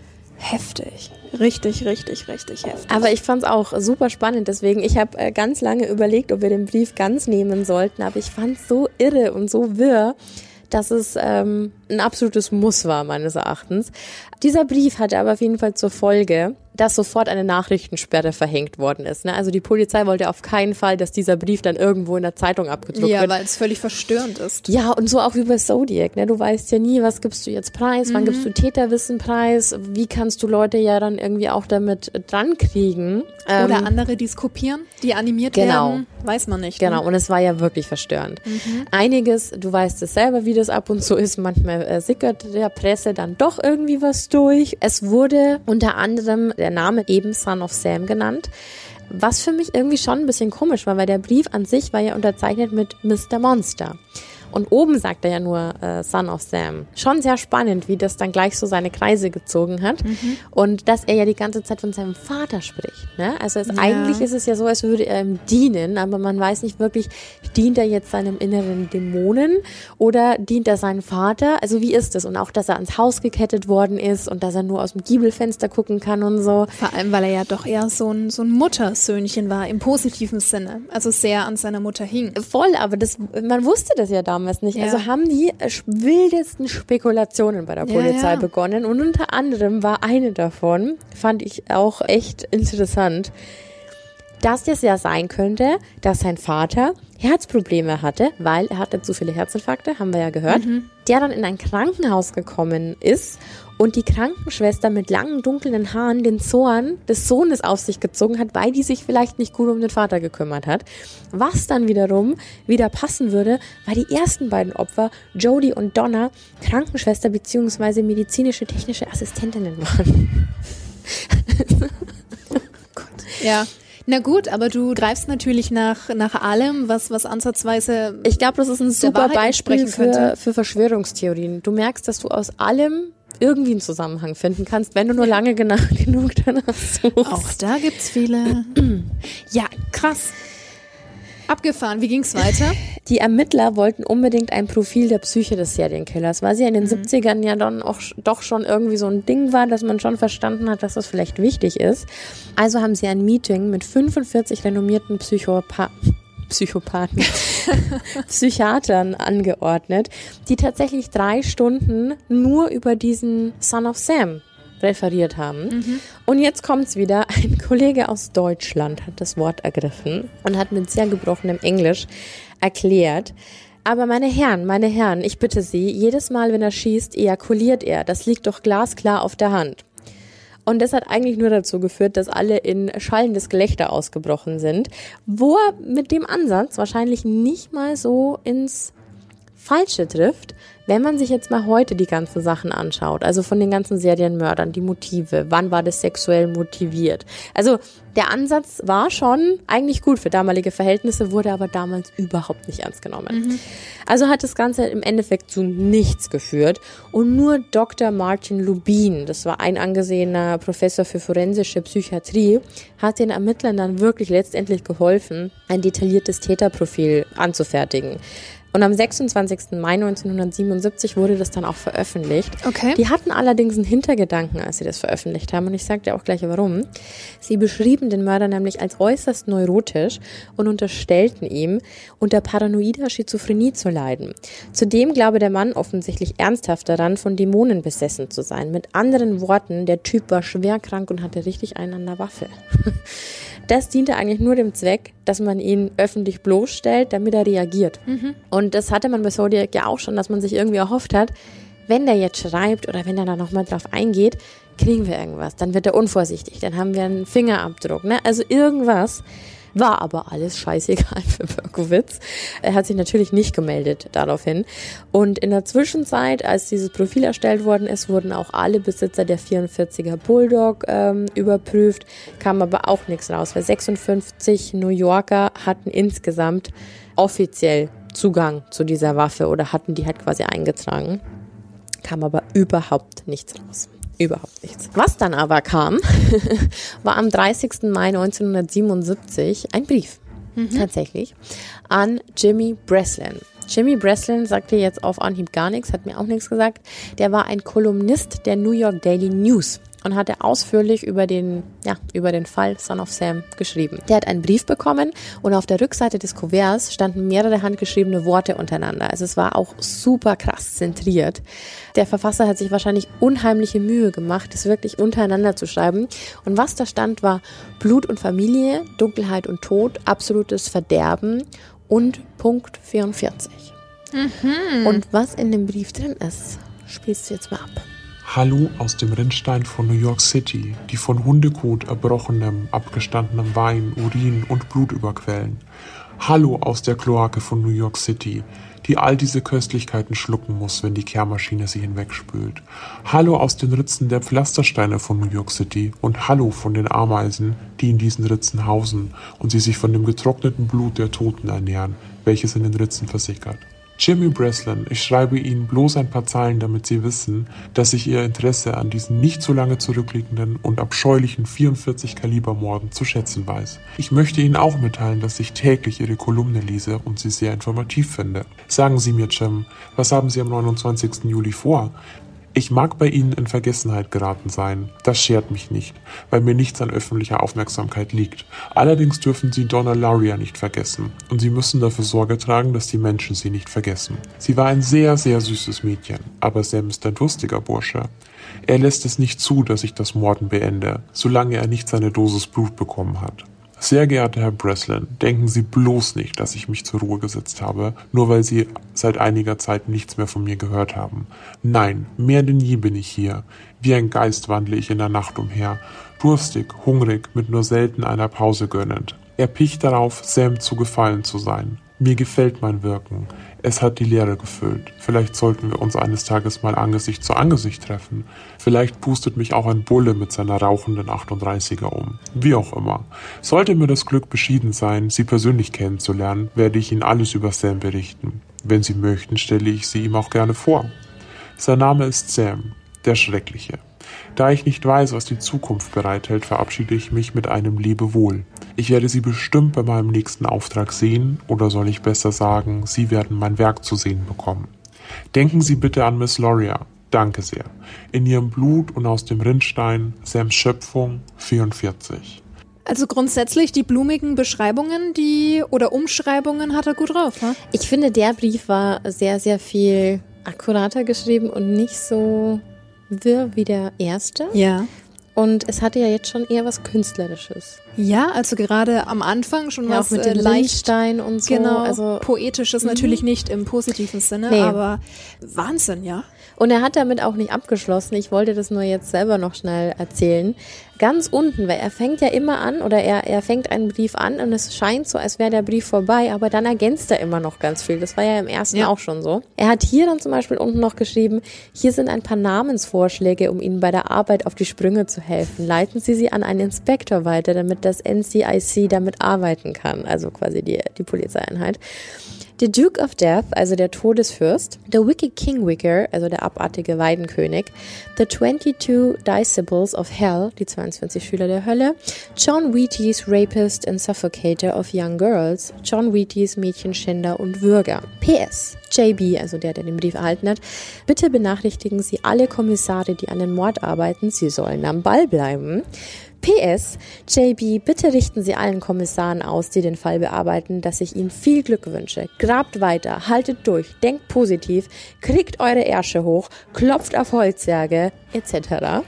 heftig. Richtig, richtig, richtig heftig. Aber ich fand's auch super spannend, deswegen, ich habe ganz lange überlegt, ob wir den Brief ganz nehmen sollten, aber ich fand's so irre und so wirr, dass es ein absolutes Muss war, meines Erachtens. Dieser Brief hatte aber auf jeden Fall zur Folge, dass sofort eine Nachrichtensperre verhängt worden ist. Ne? Also die Polizei wollte auf keinen Fall, dass dieser Brief dann irgendwo in der Zeitung abgedruckt wird. Ja, weil es völlig verstörend ist. Ja, und so auch wie bei Zodiac. Ne? Du weißt ja nie, was gibst du jetzt preis, wann gibst du Täterwissen preis, wie kannst du Leute ja dann irgendwie auch damit dran kriegen. Oder andere, die es kopieren, die animiert werden, weiß man nicht. Genau, und es war ja wirklich verstörend. Einiges, du weißt es selber, wie das ab und zu ist, manchmal sickert der Presse dann doch irgendwie was durch. Es wurde unter anderem der Name eben Son of Sam genannt, was für mich irgendwie schon ein bisschen komisch war, weil der Brief an sich war ja unterzeichnet mit Mr. Monster. Und oben sagt er ja nur Son of Sam. Schon sehr spannend, wie das dann gleich so seine Kreise gezogen hat. Und dass er ja die ganze Zeit von seinem Vater spricht. Ne? Also eigentlich ist es ja so, als würde er ihm dienen, aber man weiß nicht wirklich, dient er jetzt seinem inneren Dämonen oder dient er seinem Vater? Also wie ist das? Und auch, dass er ans Haus gekettet worden ist und dass er nur aus dem Giebelfenster gucken kann und so. Vor allem, weil er ja doch eher so ein Muttersöhnchen war, im positiven Sinne. Also sehr an seiner Mutter hing. Voll, aber man wusste das ja damals nicht. Ja. Also haben die wildesten Spekulationen bei der Polizei begonnen und unter anderem war eine davon, fand ich auch echt interessant, dass das ja sein könnte, dass sein Vater Herzprobleme hatte, weil er hatte zu viele Herzinfarkte, haben wir ja gehört, der dann in ein Krankenhaus gekommen ist und die Krankenschwester mit langen, dunklen Haaren den Zorn des Sohnes auf sich gezogen hat, weil die sich vielleicht nicht gut um den Vater gekümmert hat. Was dann wiederum wieder passen würde, weil die ersten beiden Opfer, Jodie und Donna, Krankenschwester bzw. medizinische technische Assistentinnen waren. Ja. Na gut, aber du greifst natürlich nach allem, was ansatzweise. Ich glaube, das ist ein super Beispiel für Verschwörungstheorien. Du merkst, dass du aus allem irgendwie einen Zusammenhang finden kannst, wenn du nur lange genug danach suchst. Auch da gibt's viele. Ja, krass. Abgefahren. Wie ging's weiter? Die Ermittler wollten unbedingt ein Profil der Psyche des Serienkillers, weil sie in den 70ern ja dann auch doch schon irgendwie so ein Ding war, dass man schon verstanden hat, dass das vielleicht wichtig ist. Also haben sie ein Meeting mit 45 renommierten Psychopathen, Psychiatern angeordnet, die tatsächlich 3 Stunden nur über diesen Son of Sam referiert haben. Und jetzt kommt's wieder. Ein Kollege aus Deutschland hat das Wort ergriffen und hat mit sehr gebrochenem Englisch erklärt: Aber meine Herren, ich bitte Sie, jedes Mal, wenn er schießt, ejakuliert er. Das liegt doch glasklar auf der Hand. Und das hat eigentlich nur dazu geführt, dass alle in schallendes Gelächter ausgebrochen sind, wo er mit dem Ansatz wahrscheinlich nicht mal so ins Falsche trifft, wenn man sich jetzt mal heute die ganzen Sachen anschaut, also von den ganzen Serienmördern, die Motive, wann war das sexuell motiviert. Also der Ansatz war schon eigentlich gut für damalige Verhältnisse, wurde aber damals überhaupt nicht ernst genommen. Also hat das Ganze im Endeffekt zu nichts geführt und nur Dr. Martin Lubin, das war ein angesehener Professor für forensische Psychiatrie, hat den Ermittlern dann wirklich letztendlich geholfen, ein detailliertes Täterprofil anzufertigen. Und am 26. Mai 1977 wurde das dann auch veröffentlicht. Okay. Die hatten allerdings einen Hintergedanken, als sie das veröffentlicht haben. Und ich sage dir auch gleich warum. Sie beschrieben den Mörder nämlich als äußerst neurotisch und unterstellten ihm, unter paranoider Schizophrenie zu leiden. Zudem glaube der Mann offensichtlich ernsthaft daran, von Dämonen besessen zu sein. Mit anderen Worten, der Typ war schwer krank und hatte richtig einen an der Waffe. Das diente eigentlich nur dem Zweck, dass man ihn öffentlich bloßstellt, damit er reagiert. Und das hatte man bei Zodiac ja auch schon, dass man sich irgendwie erhofft hat, wenn der jetzt schreibt oder wenn er da nochmal drauf eingeht, kriegen wir irgendwas. Dann wird er unvorsichtig, dann haben wir einen Fingerabdruck. Ne? Also irgendwas. War aber alles scheißegal für Berkowitz. Er hat sich natürlich nicht gemeldet daraufhin. Und in der Zwischenzeit, als dieses Profil erstellt worden ist, wurden auch alle Besitzer der 44er Bulldog überprüft, kam aber auch nichts raus, weil 56 New Yorker hatten insgesamt offiziell Zugang zu dieser Waffe oder hatten die halt quasi eingetragen. Kam aber überhaupt nichts raus. Überhaupt nichts. Was dann aber kam, war am 30. Mai 1977 ein Brief, tatsächlich, an Jimmy Breslin. Jimmy Breslin sagte jetzt auf Anhieb gar nichts, hat mir auch nichts gesagt. Der war ein Kolumnist der New York Daily News und hatte ausführlich über den Fall Son of Sam geschrieben. Der hat einen Brief bekommen und auf der Rückseite des Kuverts standen mehrere handgeschriebene Worte untereinander. Also es war auch super krass zentriert. Der Verfasser hat sich wahrscheinlich unheimliche Mühe gemacht, das wirklich untereinander zu schreiben. Und was da stand, war Blut und Familie, Dunkelheit und Tod, absolutes Verderben und Punkt 44. Und was in dem Brief drin ist, spielst du jetzt mal ab. Hallo aus dem Rinnstein von New York City, die von Hundekot erbrochenem, abgestandenem Wein, Urin und Blut überquellen. Hallo aus der Kloake von New York City, die all diese Köstlichkeiten schlucken muss, wenn die Kehrmaschine sie hinwegspült. Hallo aus den Ritzen der Pflastersteine von New York City und hallo von den Ameisen, die in diesen Ritzen hausen und sie sich von dem getrockneten Blut der Toten ernähren, welches in den Ritzen versickert. Jimmy Breslin, ich schreibe Ihnen bloß ein paar Zeilen, damit Sie wissen, dass ich Ihr Interesse an diesen nicht so lange zurückliegenden und abscheulichen 44-Kaliber-Morden zu schätzen weiß. Ich möchte Ihnen auch mitteilen, dass ich täglich Ihre Kolumne lese und sie sehr informativ finde. Sagen Sie mir, Jim, was haben Sie am 29. Juli vor? Ich mag bei Ihnen in Vergessenheit geraten sein. Das schert mich nicht, weil mir nichts an öffentlicher Aufmerksamkeit liegt. Allerdings dürfen Sie Donna Lauria nicht vergessen. Und Sie müssen dafür Sorge tragen, dass die Menschen sie nicht vergessen. Sie war ein sehr, sehr süßes Mädchen. Aber Sam ist ein durstiger Bursche. Er lässt es nicht zu, dass ich das Morden beende, solange er nicht seine Dosis Blut bekommen hat. Sehr geehrter Herr Breslin, denken Sie bloß nicht, dass ich mich zur Ruhe gesetzt habe, nur weil Sie seit einiger Zeit nichts mehr von mir gehört haben. Nein, mehr denn je bin ich hier. Wie ein Geist wandle ich in der Nacht umher, durstig, hungrig, mit nur selten einer Pause gönnend. Erpicht darauf, Sam zu gefallen zu sein. Mir gefällt mein Wirken. Es hat die Leere gefüllt. Vielleicht sollten wir uns eines Tages mal Angesicht zu Angesicht treffen. Vielleicht pustet mich auch ein Bulle mit seiner rauchenden 38er um. Wie auch immer. Sollte mir das Glück beschieden sein, Sie persönlich kennenzulernen, werde ich Ihnen alles über Sam berichten. Wenn Sie möchten, stelle ich sie ihm auch gerne vor. Sein Name ist Sam, der Schreckliche. Da ich nicht weiß, was die Zukunft bereithält, verabschiede ich mich mit einem Lebewohl. Ich werde Sie bestimmt bei meinem nächsten Auftrag sehen, oder soll ich besser sagen, Sie werden mein Werk zu sehen bekommen. Denken Sie bitte an Miss Lauria. Danke sehr. In ihrem Blut und aus dem Rinnstein, Sams Schöpfung, 44. Also grundsätzlich die blumigen Beschreibungen, oder Umschreibungen hat er gut drauf, ne? Ich finde, der Brief war sehr, sehr viel akkurater geschrieben und nicht so wirr wie der erste. Ja. Und es hatte ja jetzt schon eher was Künstlerisches. Ja, also gerade am Anfang schon ja, was auch mit dem Lindstein und so. Genau, also Poetisches natürlich nicht im positiven Sinne, aber Wahnsinn, ja. Und er hat damit auch nicht abgeschlossen. Ich wollte das nur jetzt selber noch schnell erzählen. Ganz unten, weil er fängt ja immer an oder er fängt einen Brief an und es scheint so, als wäre der Brief vorbei, aber dann ergänzt er immer noch ganz viel. Das war ja im ersten auch schon so. Er hat hier dann zum Beispiel unten noch geschrieben, hier sind ein paar Namensvorschläge, um Ihnen bei der Arbeit auf die Sprünge zu helfen. Leiten Sie sie an einen Inspektor weiter, damit das NCIC damit arbeiten kann, also quasi die Polizeieinheit. The Duke of Death, also der Todesfürst, The Wicked Kingwicker, also der abartige Weidenkönig, The 22 Disciples of Hell, die 22 Schüler der Hölle, John Wheaties Rapist and Suffocator of Young Girls, John Wheaties Mädchenschänder und Würger. PS, JB, also der den Brief erhalten hat, bitte benachrichtigen Sie alle Kommissare, die an den Mord arbeiten, sie sollen am Ball bleiben. PS, JB, bitte richten Sie allen Kommissaren aus, die den Fall bearbeiten, dass ich Ihnen viel Glück wünsche. Grabt weiter, haltet durch, denkt positiv, kriegt eure Ärsche hoch, klopft auf Holzsärge, etc.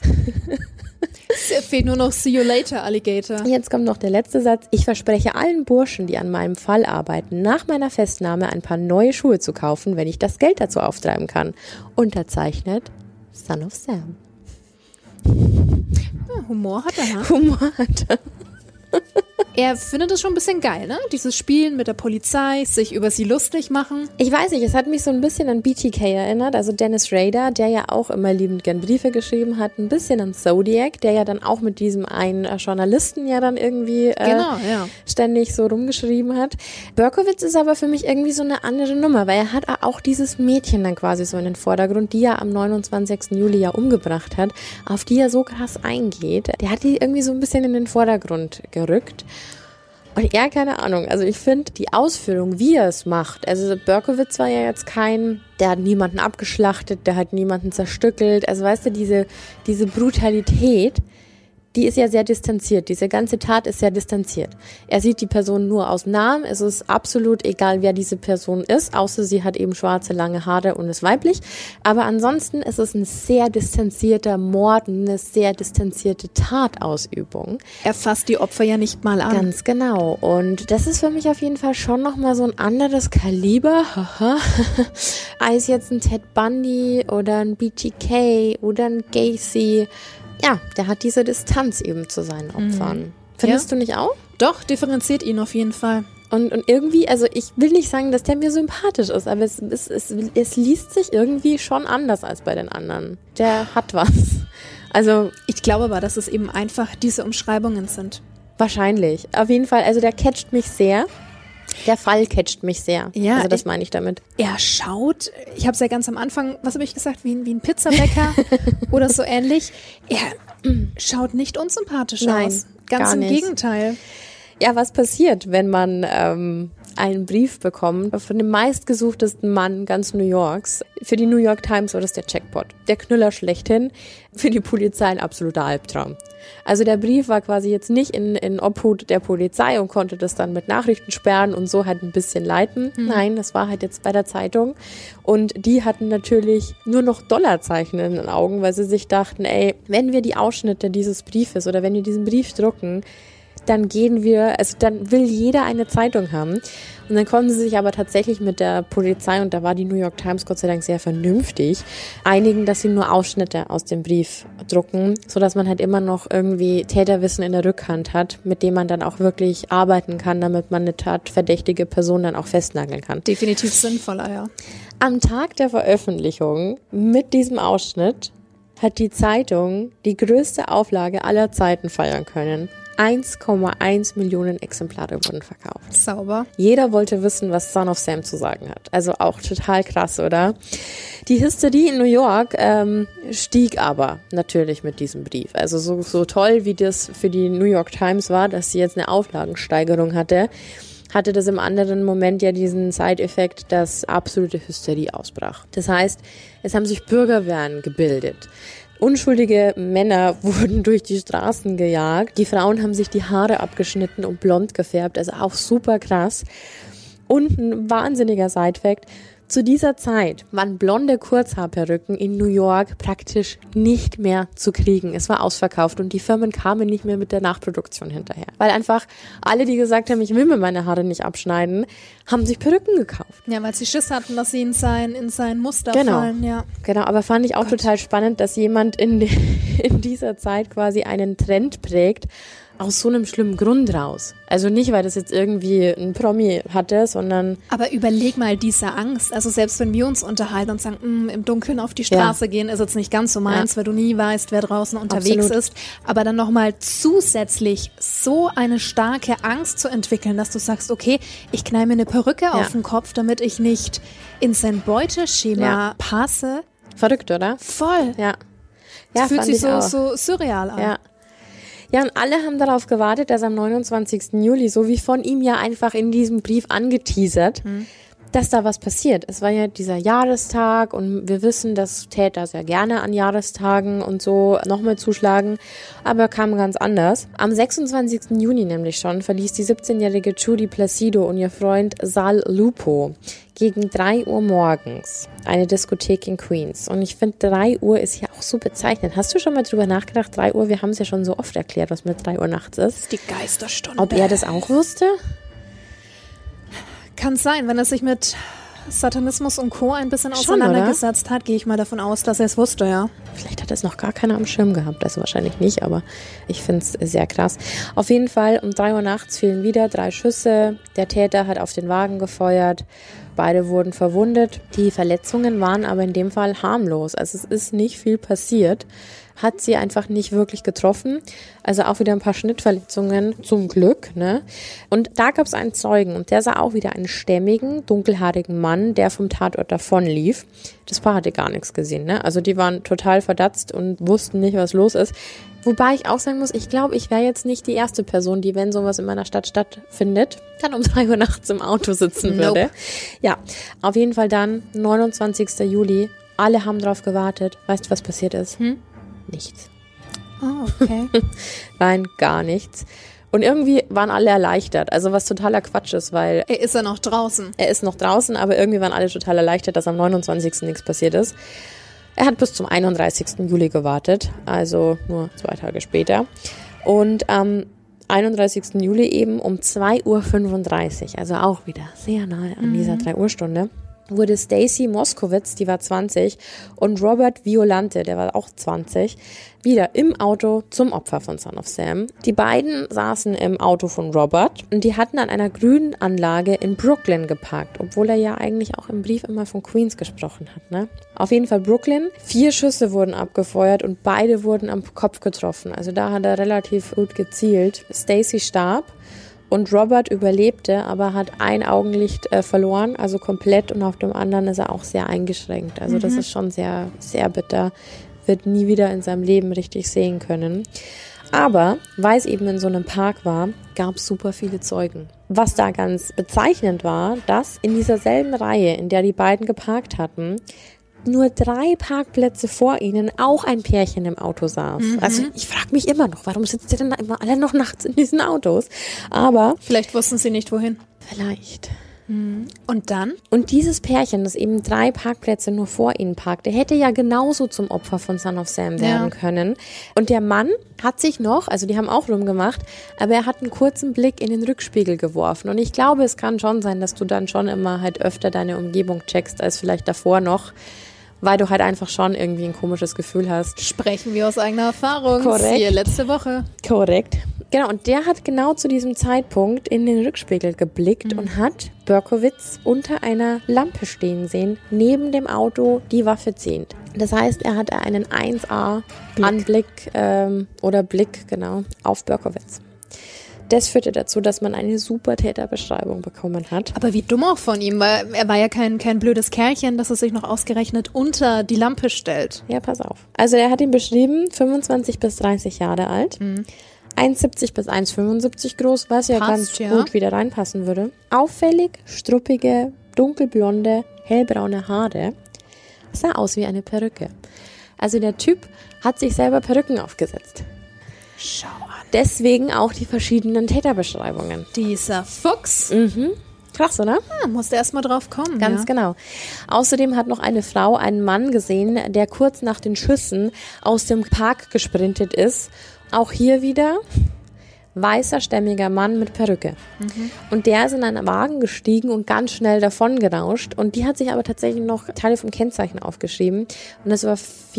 Es fehlt nur noch See you later, Alligator. Jetzt kommt noch der letzte Satz. Ich verspreche allen Burschen, die an meinem Fall arbeiten, nach meiner Festnahme ein paar neue Schuhe zu kaufen, wenn ich das Geld dazu auftreiben kann. Unterzeichnet Son of Sam. Ja, Humor hat er, ha? Humor hat er. Er findet es schon ein bisschen geil, ne? Dieses Spielen mit der Polizei, sich über sie lustig machen. Ich weiß nicht, es hat mich so ein bisschen an BTK erinnert, also Dennis Rader, der ja auch immer liebend gern Briefe geschrieben hat, ein bisschen an Zodiac, der ja dann auch mit diesem einen Journalisten ja dann irgendwie ständig so rumgeschrieben hat. Berkowitz ist aber für mich irgendwie so eine andere Nummer, weil er hat auch dieses Mädchen dann quasi so in den Vordergrund, die er am 29. Juli ja umgebracht hat, auf die er so krass eingeht. Der hat die irgendwie so ein bisschen in den Vordergrund gerückt. Und ja, keine Ahnung, also ich finde die Ausführung, wie er es macht, also Berkowitz war ja jetzt der hat niemanden abgeschlachtet, der hat niemanden zerstückelt, also weißt du, diese Brutalität, die ist ja sehr distanziert, diese ganze Tat ist sehr distanziert. Er sieht die Person nur aus Nahem, es ist absolut egal, wer diese Person ist, außer sie hat eben schwarze, lange Haare und ist weiblich, aber ansonsten ist es ein sehr distanzierter Mord, eine sehr distanzierte Tatausübung. Er fasst die Opfer ja nicht mal an. Ganz genau, und das ist für mich auf jeden Fall schon nochmal so ein anderes Kaliber, als jetzt ein Ted Bundy oder ein BTK oder ein Gacy. Ja, der hat diese Distanz eben zu seinen Opfern. Findest du nicht auch? Doch, differenziert ihn auf jeden Fall. Und irgendwie, also ich will nicht sagen, dass der mir sympathisch ist, aber es liest sich irgendwie schon anders als bei den anderen. Der hat was. Also ich glaube aber, dass es eben einfach diese Umschreibungen sind. Wahrscheinlich. Auf jeden Fall, also der catcht mich sehr. Der Fall catcht mich sehr. Ja, also das meine ich damit. Er schaut, ich habe es ja ganz am Anfang, was habe ich gesagt, wie ein Pizzabäcker oder so ähnlich. Er schaut nicht unsympathisch aus. Ganz im Gegenteil. Ja, was passiert, wenn man einen Brief bekommt von dem meistgesuchtesten Mann ganz New Yorks? Für die New York Times war das der Jackpot. Der Knüller schlechthin, für die Polizei ein absoluter Albtraum. Also der Brief war quasi jetzt nicht in Obhut der Polizei und konnte das dann mit Nachrichten sperren und so halt ein bisschen leiten. Nein, das war halt jetzt bei der Zeitung. Und die hatten natürlich nur noch Dollarzeichen in den Augen, weil sie sich dachten, ey, wenn wir die Ausschnitte dieses Briefes oder wenn wir diesen Brief drucken, dann dann will jeder eine Zeitung haben. Und dann konnten sie sich aber tatsächlich mit der Polizei, und da war die New York Times Gott sei Dank sehr vernünftig, einigen, dass sie nur Ausschnitte aus dem Brief drucken, sodass man halt immer noch irgendwie Täterwissen in der Rückhand hat, mit dem man dann auch wirklich arbeiten kann, damit man eine tatverdächtige Person dann auch festnageln kann. Definitiv sinnvoller, ja. Am Tag der Veröffentlichung mit diesem Ausschnitt hat die Zeitung die größte Auflage aller Zeiten feiern können. 1,1 Millionen Exemplare wurden verkauft. Sauber. Jeder wollte wissen, was Son of Sam zu sagen hat. Also auch total krass, oder? Die Hysterie in New York stieg aber natürlich mit diesem Brief. Also so toll, wie das für die New York Times war, dass sie jetzt eine Auflagensteigerung hatte das im anderen Moment ja diesen Side-Effekt, dass absolute Hysterie ausbrach. Das heißt, es haben sich Bürgerwehren gebildet. Unschuldige Männer wurden durch die Straßen gejagt. Die Frauen haben sich die Haare abgeschnitten und blond gefärbt, also auch super krass. Und ein wahnsinniger Side-Fact: Zu dieser Zeit waren blonde Kurzhaarperücken in New York praktisch nicht mehr zu kriegen. Es war ausverkauft und die Firmen kamen nicht mehr mit der Nachproduktion hinterher. Weil einfach alle, die gesagt haben, ich will mir meine Haare nicht abschneiden, haben sich Perücken gekauft. Ja, weil sie Schiss hatten, dass sie in sein Muster fallen. Ja. Genau, aber fand ich auch total spannend, dass jemand in dieser Zeit quasi einen Trend prägt, aus so einem schlimmen Grund raus. Also nicht, weil das jetzt irgendwie ein Promi hatte, sondern... Aber überleg mal diese Angst. Also selbst wenn wir uns unterhalten und sagen, im Dunkeln auf die Straße gehen, ist jetzt nicht ganz so meins, weil du nie weißt, wer draußen unterwegs ist. Aber dann nochmal zusätzlich so eine starke Angst zu entwickeln, dass du sagst, okay, ich knall mir eine Perücke auf den Kopf, damit ich nicht in sein Beuteschema passe. Verrückt, oder? Voll. Ja. Das fühlt sich so surreal an. Ja. Ja, und alle haben darauf gewartet, dass am 29. Juli, so wie von ihm ja einfach in diesem Brief angeteasert, dass da was passiert. Es war ja dieser Jahrestag und wir wissen, dass Täter sehr gerne an Jahrestagen und so nochmal zuschlagen, aber kam ganz anders. Am 26. Juni nämlich schon verließ die 17-jährige Judy Placido und ihr Freund Sal Lupo gegen 3 Uhr morgens eine Diskothek in Queens. Und ich finde, 3 Uhr ist ja auch so bezeichnend. Hast du schon mal drüber nachgedacht, 3 Uhr, wir haben es ja schon so oft erklärt, was mit 3 Uhr nachts ist. Das ist die Geisterstunde. Ob er das auch wusste? Kann sein, wenn er sich mit Satanismus und Co. ein bisschen auseinandergesetzt hat, gehe ich mal davon aus, dass er es wusste, ja. Vielleicht hat es noch gar keiner am Schirm gehabt, also wahrscheinlich nicht, aber ich finde es sehr krass. Auf jeden Fall, um 3 Uhr nachts fielen wieder 3 Schüsse. Der Täter hat auf den Wagen gefeuert. Beide wurden verwundet. Die Verletzungen waren aber in dem Fall harmlos. Also es ist nicht viel passiert. Hat sie einfach nicht wirklich getroffen. Also auch wieder ein paar Schnittverletzungen, zum Glück, ne? Und da gab es einen Zeugen und der sah auch wieder einen stämmigen, dunkelhaarigen Mann, der vom Tatort davonlief. Das Paar hatte gar nichts gesehen, ne? Also die waren total verdatzt und wussten nicht, was los ist. Wobei ich auch sagen muss, ich glaube, ich wäre jetzt nicht die erste Person, die, wenn sowas in meiner Stadt stattfindet, dann um 3 Uhr nachts im Auto sitzen würde. Ja, auf jeden Fall dann, 29. Juli, alle haben drauf gewartet. Weißt du, was passiert ist? Nichts. Oh, okay. Nein, gar nichts. Und irgendwie waren alle erleichtert, also was totaler Quatsch ist, weil... Er ist ja noch draußen. Er ist noch draußen, aber irgendwie waren alle total erleichtert, dass am 29. nichts passiert ist. Er hat bis zum 31. Juli gewartet, also nur 2 Tage später. Und am 31. Juli eben um 2:35 Uhr, also auch wieder sehr nahe an dieser 3 Uhr Stunde, wurde Stacy Moskowitz, die war 20, und Robert Violante, der war auch 20, wieder im Auto zum Opfer von Son of Sam. Die beiden saßen im Auto von Robert und die hatten an einer grünen Anlage in Brooklyn geparkt, obwohl er ja eigentlich auch im Brief immer von Queens gesprochen hat, ne? Auf jeden Fall Brooklyn. 4 Schüsse wurden abgefeuert und beide wurden am Kopf getroffen. Also da hat er relativ gut gezielt. Stacy starb. Und Robert überlebte, aber hat ein Augenlicht verloren, also komplett, und auf dem anderen ist er auch sehr eingeschränkt. Also das ist schon sehr, sehr bitter. Wird nie wieder in seinem Leben richtig sehen können. Aber, weil es eben in so einem Park war, gab es super viele Zeugen. Was da ganz bezeichnend war, dass in dieser selben Reihe, in der die beiden geparkt hatten, nur 3 Parkplätze vor ihnen auch ein Pärchen im Auto saß. Also ich frage mich immer noch, warum sitzt ihr denn immer alle noch nachts in diesen Autos? Aber vielleicht wussten sie nicht, wohin. Vielleicht. Und dann? Und dieses Pärchen, das eben 3 Parkplätze nur vor ihnen parkte, hätte ja genauso zum Opfer von Son of Sam werden können. Und der Mann hat sich noch, also die haben auch rumgemacht, aber er hat einen kurzen Blick in den Rückspiegel geworfen. Und ich glaube, es kann schon sein, dass du dann schon immer halt öfter deine Umgebung checkst, als vielleicht davor noch, weil du halt einfach schon irgendwie ein komisches Gefühl hast. Sprechen wir aus eigener Erfahrung. Korrekt. Siehe letzte Woche. Korrekt. Genau, und der hat genau zu diesem Zeitpunkt in den Rückspiegel geblickt und hat Berkowitz unter einer Lampe stehen sehen, neben dem Auto, die Waffe ziehend. Das heißt, er hatte einen 1A-Anblick oder Blick, genau, auf Berkowitz. Das führte dazu, dass man eine super Täterbeschreibung bekommen hat. Aber wie dumm auch von ihm, weil er war ja kein blödes Kerlchen, dass er sich noch ausgerechnet unter die Lampe stellt. Ja, pass auf. Also er hat ihn beschrieben, 25 bis 30 Jahre alt, 1,70 bis 1,75 groß, was ja ganz gut wieder reinpassen würde. Auffällig, struppige, dunkelblonde, hellbraune Haare. Sah aus wie eine Perücke. Also der Typ hat sich selber Perücken aufgesetzt. Schau an. Deswegen auch die verschiedenen Täterbeschreibungen. Dieser Fuchs. Krass, oder? Musste erst mal drauf kommen. Ganz genau. Außerdem hat noch eine Frau einen Mann gesehen, der kurz nach den Schüssen aus dem Park gesprintet ist. Auch hier wieder weißer, stämmiger Mann mit Perücke. Und der ist in einen Wagen gestiegen und ganz schnell davon gerauscht. Und die hat sich aber tatsächlich noch Teile vom Kennzeichen aufgeschrieben. Und das war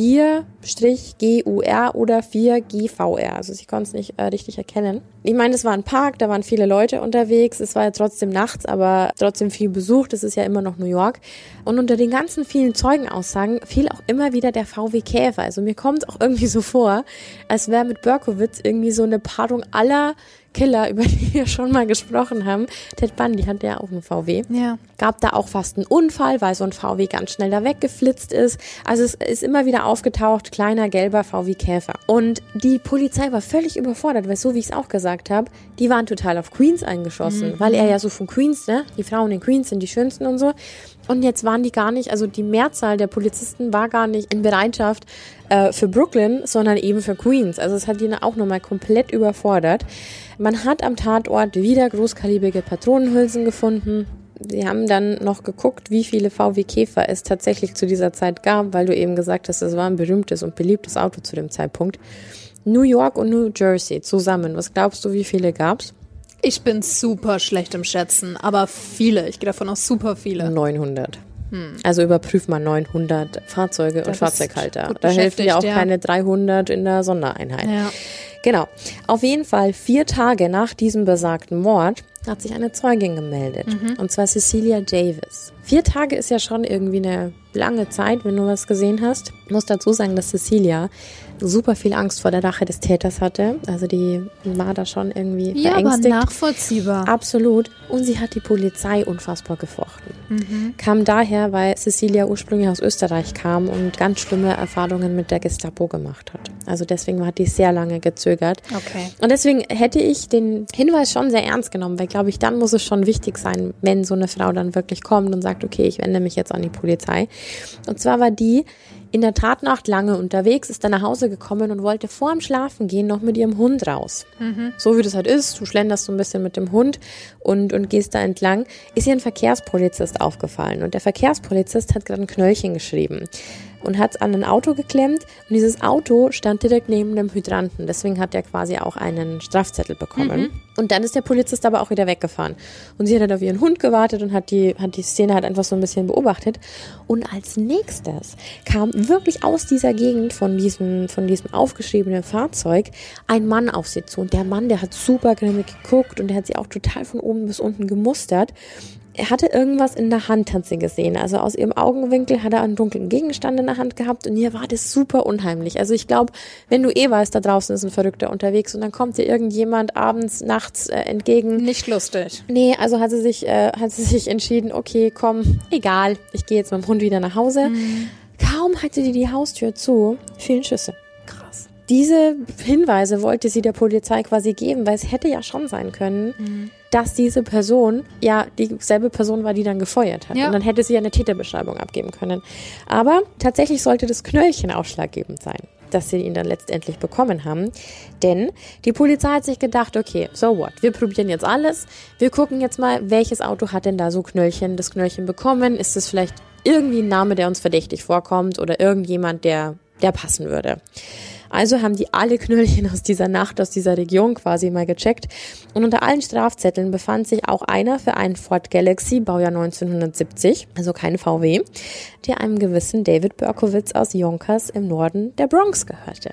4-GUR oder 4GVR. Also ich konnte es nicht richtig erkennen. Ich meine, es war ein Park, da waren viele Leute unterwegs. Es war ja trotzdem nachts, aber trotzdem viel besucht. Es ist ja immer noch New York. Und unter den ganzen vielen Zeugenaussagen fiel auch immer wieder der VW Käfer. Also mir kommt es auch irgendwie so vor, als wäre mit Berkowitz irgendwie so eine Paarung aller Killer, über die wir schon mal gesprochen haben. Ted Bundy hatte ja auch einen VW. Ja. Gab da auch fast einen Unfall, weil so ein VW ganz schnell da weggeflitzt ist. Also es ist immer wieder aufgetaucht, kleiner gelber VW Käfer. Und die Polizei war völlig überfordert, weil so wie ich es auch gesagt habe, die waren total auf Queens eingeschossen, weil er ja so von Queens, ne, die Frauen in Queens sind die schönsten und so. Und jetzt waren die gar nicht, also die Mehrzahl der Polizisten war gar nicht in Bereitschaft für Brooklyn, sondern eben für Queens. Also es hat ihn auch nochmal komplett überfordert. Man hat am Tatort wieder großkalibrige Patronenhülsen gefunden. Sie haben dann noch geguckt, wie viele VW Käfer es tatsächlich zu dieser Zeit gab, weil du eben gesagt hast, das war ein berühmtes und beliebtes Auto zu dem Zeitpunkt. New York und New Jersey zusammen. Was glaubst du, wie viele gab's? Ich bin super schlecht im Schätzen, aber viele. Ich gehe davon aus, super viele. 900. Also überprüf mal 900 Fahrzeuge und Fahrzeughalter. Da helfen dir auch keine 300 in der Sondereinheit. Ja. Genau. Auf jeden Fall 4 Tage nach diesem besagten Mord hat sich eine Zeugin gemeldet. Und zwar Cecilia Davis. 4 Tage ist ja schon irgendwie eine lange Zeit, wenn du was gesehen hast. Ich muss dazu sagen, dass Cecilia super viel Angst vor der Rache des Täters hatte. Also die war da schon irgendwie verängstigt. Ja, aber nachvollziehbar. Absolut. Und sie hat die Polizei unfassbar gefochten. Kam daher, weil Cecilia ursprünglich aus Österreich kam und ganz schlimme Erfahrungen mit der Gestapo gemacht hat. Also deswegen hat die sehr lange gezögert. Okay. Und deswegen hätte ich den Hinweis schon sehr ernst genommen, weil, glaube ich, dann muss es schon wichtig sein, wenn so eine Frau dann wirklich kommt und sagt, okay, ich wende mich jetzt an die Polizei. Und zwar war die in der Tatnacht lange unterwegs, ist dann nach Hause gekommen und wollte vor dem Schlafengehen noch mit ihrem Hund raus. So wie das halt ist, du schlenderst so ein bisschen mit dem Hund und gehst da entlang, ist ihr ein Verkehrspolizist aufgefallen. Und der Verkehrspolizist hat gerade ein Knöllchen geschrieben und hat es an ein Auto geklemmt und dieses Auto stand direkt neben dem Hydranten. Deswegen hat er quasi auch einen Strafzettel bekommen. Und dann ist der Polizist aber auch wieder weggefahren. Und sie hat halt auf ihren Hund gewartet und hat die Szene halt einfach so ein bisschen beobachtet. Und als nächstes kam wirklich aus dieser Gegend von diesem aufgeschriebenen Fahrzeug ein Mann auf sie zu. Und der Mann, der hat super grimmig geguckt und der hat sie auch total von oben bis unten gemustert. Er hatte irgendwas in der Hand, hat sie gesehen. Also aus ihrem Augenwinkel hat er einen dunklen Gegenstand in der Hand gehabt und ihr war das super unheimlich. Also ich glaube, wenn du weißt, da draußen ist ein Verrückter unterwegs und dann kommt dir irgendjemand abends, nachts entgegen. Nicht lustig. Nee, also hat sie sich entschieden, okay, komm, egal, ich gehe jetzt mit dem Hund wieder nach Hause. Kaum hatte die Haustür zu, fielen Schüsse. Krass. Diese Hinweise wollte sie der Polizei quasi geben, weil es hätte ja schon sein können, dass diese Person ja dieselbe Person war, die dann gefeuert hat. Ja. Und dann hätte sie ja eine Täterbeschreibung abgeben können. Aber tatsächlich sollte das Knöllchen ausschlaggebend sein, dass sie ihn dann letztendlich bekommen haben. Denn die Polizei hat sich gedacht, okay, so what? Wir probieren jetzt alles. Wir gucken jetzt mal, welches Auto hat denn da so das Knöllchen bekommen? Ist es vielleicht irgendwie ein Name, der uns verdächtig vorkommt oder irgendjemand, der passen würde? Also haben die alle Knöllchen aus dieser Nacht, aus dieser Region quasi mal gecheckt. Und unter allen Strafzetteln befand sich auch einer für einen Ford Galaxy, Baujahr 1970, also kein VW, der einem gewissen David Berkowitz aus Yonkers im Norden der Bronx gehörte.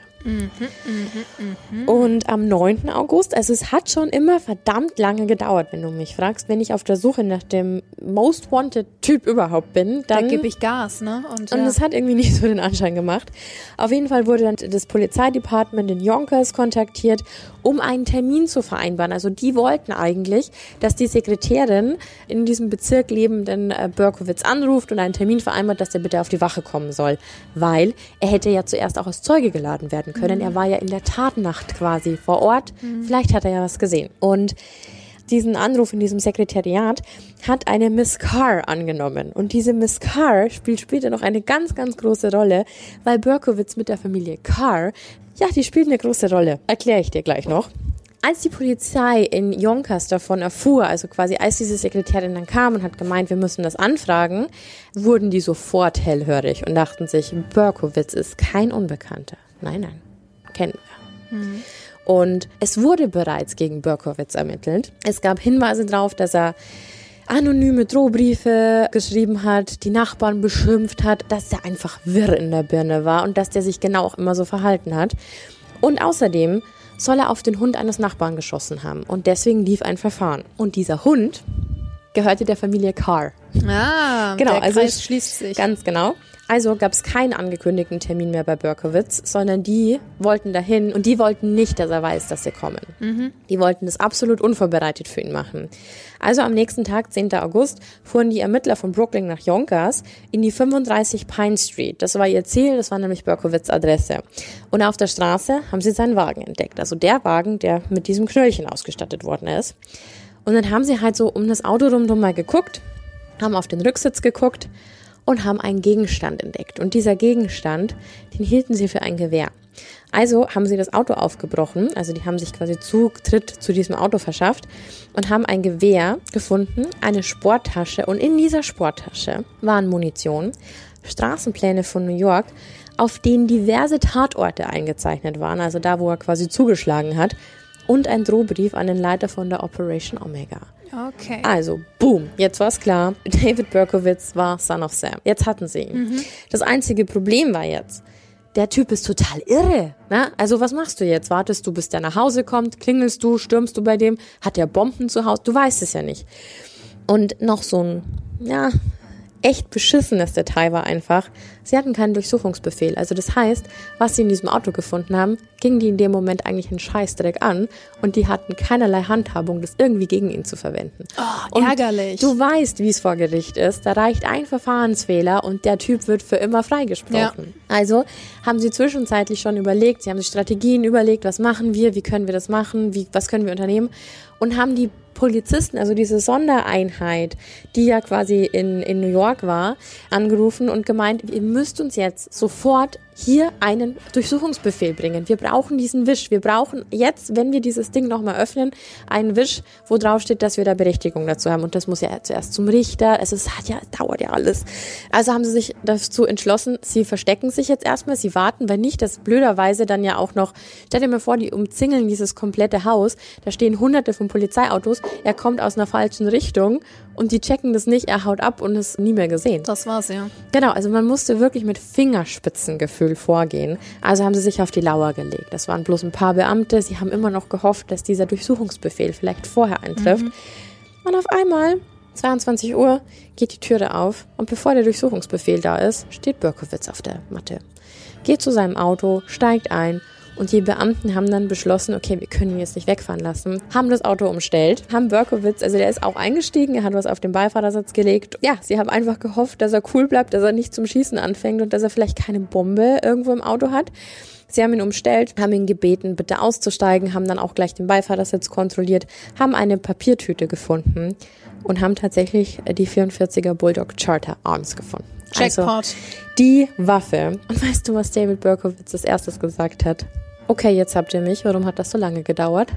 Und am 9. August, also es hat schon immer verdammt lange gedauert, wenn du mich fragst, wenn ich auf der Suche nach dem Most Wanted Typ überhaupt bin, dann Da gebe ich Gas, ne? Und das hat irgendwie nicht so den Anschein gemacht. Auf jeden Fall wurde dann das Polizeidepartement in Yonkers kontaktiert, um einen Termin zu vereinbaren. Also die wollten eigentlich, dass die Sekretärin in diesem Bezirk lebenden Berkowitz anruft und einen Termin vereinbart, dass er bitte auf die Wache kommen soll. Weil er hätte ja zuerst auch als Zeuge geladen werden können. Er war ja in der Tatnacht quasi vor Ort. Vielleicht hat er ja was gesehen. Und diesen Anruf in diesem Sekretariat hat eine Miss Carr angenommen. Und diese Miss Carr spielt später noch eine ganz, ganz große Rolle, weil Berkowitz mit der Familie Carr, ja, die spielt eine große Rolle. Erkläre ich dir gleich noch. Als die Polizei in Yonkers davon erfuhr, also quasi als diese Sekretärin dann kam und hat gemeint, wir müssen das anfragen, wurden die sofort hellhörig und dachten sich, Berkowitz ist kein Unbekannter. Nein, kennen wir. Und es wurde bereits gegen Berkowitz ermittelt. Es gab Hinweise darauf, dass er anonyme Drohbriefe geschrieben hat, die Nachbarn beschimpft hat, dass der einfach wirr in der Birne war und dass der sich genau auch immer so verhalten hat. Und außerdem soll er auf den Hund eines Nachbarn geschossen haben. Und deswegen lief ein Verfahren. Und dieser Hund gehörte der Familie Carr. Ah, genau, der Kreis schließt sich. Ganz genau. Also gab es keinen angekündigten Termin mehr bei Berkowitz, sondern die wollten dahin und die wollten nicht, dass er weiß, dass sie kommen. Die wollten das absolut unvorbereitet für ihn machen. Also am nächsten Tag, 10. August, fuhren die Ermittler von Brooklyn nach Yonkers in die 35 Pine Street. Das war ihr Ziel, das war nämlich Berkowitz' Adresse. Und auf der Straße haben sie seinen Wagen entdeckt. Also der Wagen, der mit diesem Knöllchen ausgestattet worden ist. Und dann haben sie halt so um das Auto rundum mal geguckt, haben auf den Rücksitz geguckt und haben einen Gegenstand entdeckt. Und dieser Gegenstand, den hielten sie für ein Gewehr. Also haben sie das Auto aufgebrochen, also die haben sich quasi Zutritt zu diesem Auto verschafft und haben ein Gewehr gefunden, eine Sporttasche und in dieser Sporttasche waren Munition, Straßenpläne von New York, auf denen diverse Tatorte eingezeichnet waren, also da, wo er quasi zugeschlagen hat, und ein Drohbrief an den Leiter von der Operation Omega. Okay. Also, boom, jetzt war's klar. David Berkowitz war Son of Sam. Jetzt hatten sie ihn. Das einzige Problem war jetzt, der Typ ist total irre. Ne? Also was machst du jetzt? Wartest du, bis der nach Hause kommt? Klingelst du? Stürmst du bei dem? Hat der Bomben zu Hause? Du weißt es ja nicht. Und noch so ein, ja, echt beschissenes Detail war einfach, sie hatten keinen Durchsuchungsbefehl. Also das heißt, was sie in diesem Auto gefunden haben, ging die in dem Moment eigentlich einen Scheißdreck an und die hatten keinerlei Handhabung, das irgendwie gegen ihn zu verwenden. Oh, ärgerlich. Und du weißt, wie es vor Gericht ist. Da reicht ein Verfahrensfehler und der Typ wird für immer freigesprochen. Ja. Also haben sie zwischenzeitlich schon überlegt, sie haben sich Strategien überlegt, was machen wir, wie können wir das machen, was können wir unternehmen und haben die Polizisten, also diese Sondereinheit, die ja quasi in New York war, angerufen und gemeint, ihr müsst uns jetzt sofort hier einen Durchsuchungsbefehl bringen. Wir brauchen diesen Wisch. Wir brauchen jetzt, wenn wir dieses Ding nochmal öffnen, einen Wisch, wo drauf steht, dass wir da Berechtigung dazu haben. Und das muss ja zuerst zum Richter. Dauert ja alles. Also haben sie sich dazu entschlossen, sie verstecken sich jetzt erstmal, sie warten, weil nicht, dass blöderweise dann ja auch noch, stell dir mal vor, die umzingeln dieses komplette Haus, da stehen hunderte von Polizeiautos, er kommt aus einer falschen Richtung und die checken das nicht, er haut ab und ist nie mehr gesehen. Das war's, ja. Genau, also man musste wirklich mit Fingerspitzengefühl vorgehen. Also haben sie sich auf die Lauer gelegt. Das waren bloß ein paar Beamte, sie haben immer noch gehofft, dass dieser Durchsuchungsbefehl vielleicht vorher eintrifft. Und auf einmal, 22 Uhr, geht die Türe auf und bevor der Durchsuchungsbefehl da ist, steht Berkowitz auf der Matte. Geht zu seinem Auto, steigt ein. Und die Beamten haben dann beschlossen, okay, wir können ihn jetzt nicht wegfahren lassen, haben das Auto umstellt, haben Berkowitz, also der ist auch eingestiegen, er hat was auf den Beifahrersitz gelegt. Ja, sie haben einfach gehofft, dass er cool bleibt, dass er nicht zum Schießen anfängt und dass er vielleicht keine Bombe irgendwo im Auto hat. Sie haben ihn umstellt, haben ihn gebeten, bitte auszusteigen, haben dann auch gleich den Beifahrersitz kontrolliert, haben eine Papiertüte gefunden und haben tatsächlich die 44er Bulldog Charter Arms gefunden. Jackpot. Also die Waffe. Und weißt du, was David Berkowitz als erstes gesagt hat? Okay, jetzt habt ihr mich. Warum hat das so lange gedauert?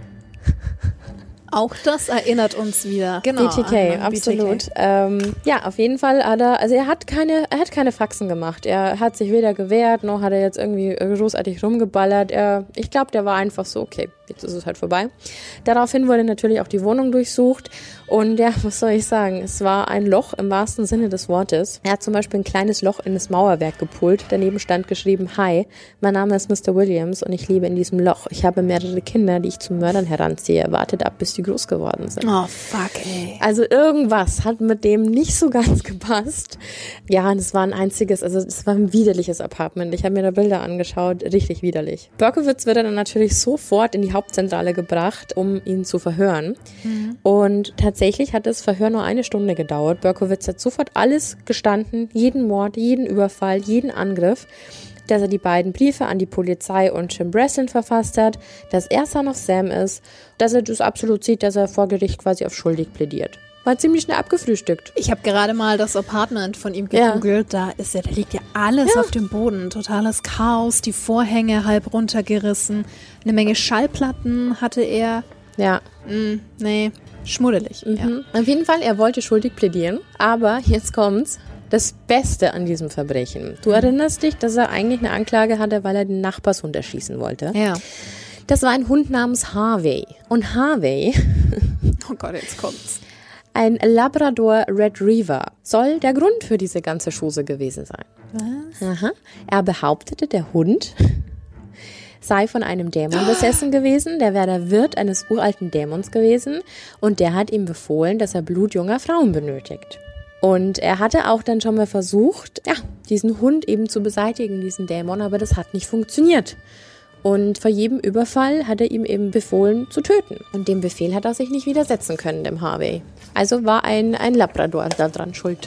Auch das erinnert uns wieder. Genau. BTK, absolut. Ja, auf jeden Fall hat er hat keine Faxen gemacht. Er hat sich weder gewehrt, noch hat er jetzt irgendwie großartig rumgeballert. Ich glaube, der war einfach so, okay, jetzt ist es halt vorbei. Daraufhin wurde natürlich auch die Wohnung durchsucht. Und ja, was soll ich sagen? Es war ein Loch im wahrsten Sinne des Wortes. Er hat zum Beispiel ein kleines Loch in das Mauerwerk gepult. Daneben stand geschrieben, hi, mein Name ist Mr. Williams und ich lebe in diesem Loch. Ich habe mehrere Kinder, die ich zu Mördern heranziehe. Wartet ab, bis die groß geworden sind. Oh, fuck, ey. Also irgendwas hat mit dem nicht so ganz gepasst. Ja, und es war es war ein widerliches Apartment. Ich habe mir da Bilder angeschaut, richtig widerlich. Berkowitz wird dann natürlich sofort in die Hauptzentrale gebracht, um ihn zu verhören. Und tatsächlich hat das Verhör nur 1 Stunde gedauert. Berkowitz hat sofort alles gestanden, jeden Mord, jeden Überfall, jeden Angriff. dass er die beiden Briefe an die Polizei und Jim Breslin verfasst hat, dass er Son of Sam ist, dass er das absolut sieht, dass er vor Gericht quasi auf schuldig plädiert. War ziemlich schnell abgefrühstückt. Ich habe gerade mal das Apartment von ihm gegoogelt. Da liegt ja alles auf dem Boden. Totales Chaos, die Vorhänge halb runtergerissen. Eine Menge Schallplatten hatte er. Ja. Nee, schmuddelig. Ja. Auf jeden Fall, er wollte schuldig plädieren. Aber jetzt kommt's. Das Beste an diesem Verbrechen. Du erinnerst dich, dass er eigentlich eine Anklage hatte, weil er den Nachbarshund erschießen wollte. Ja. Das war ein Hund namens Harvey. Und Harvey... Oh Gott, jetzt kommt's. Ein Labrador Retriever soll der Grund für diese ganze Chose gewesen sein. Was? Aha. Er behauptete, der Hund sei von einem Dämon besessen gewesen. Der wäre der Wirt eines uralten Dämons gewesen. Und der hat ihm befohlen, dass er Blut junger Frauen benötigt. Und er hatte auch dann schon mal versucht, diesen Hund eben zu beseitigen, diesen Dämon. Aber das hat nicht funktioniert. Und vor jedem Überfall hat er ihm eben befohlen, zu töten. Und dem Befehl hat er sich nicht widersetzen können, dem Harvey. Also war ein Labrador daran schuld.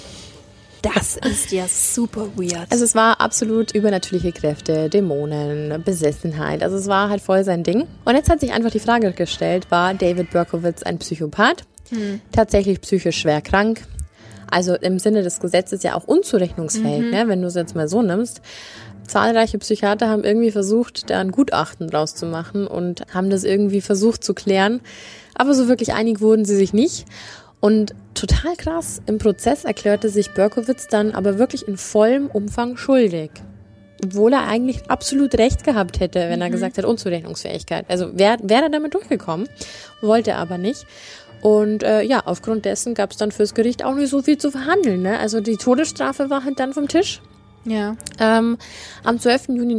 Das ist ja super weird. Also es war absolut übernatürliche Kräfte, Dämonen, Besessenheit. Also es war halt voll sein Ding. Und jetzt hat sich einfach die Frage gestellt, war David Berkowitz ein Psychopath? Tatsächlich psychisch schwer krank? Also im Sinne des Gesetzes ja auch unzurechnungsfähig, ne, wenn du es jetzt mal so nimmst. Zahlreiche Psychiater haben irgendwie versucht, da ein Gutachten draus zu machen und haben das irgendwie versucht zu klären. Aber so wirklich einig wurden sie sich nicht. Und total krass, im Prozess erklärte sich Berkowitz dann aber wirklich in vollem Umfang schuldig. Obwohl er eigentlich absolut recht gehabt hätte, wenn er gesagt hat, Unzurechnungsfähigkeit. Also wäre er damit durchgekommen, wollte er aber nicht. Und aufgrund dessen gab es dann fürs Gericht auch nicht so viel zu verhandeln. Ne? Also die Todesstrafe war halt dann vom Tisch. Ja. Am 12. Juni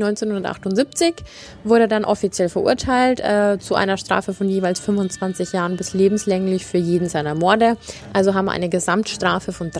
1978 wurde er dann offiziell verurteilt zu einer Strafe von jeweils 25 Jahren bis lebenslänglich für jeden seiner Morde. Also haben wir eine Gesamtstrafe von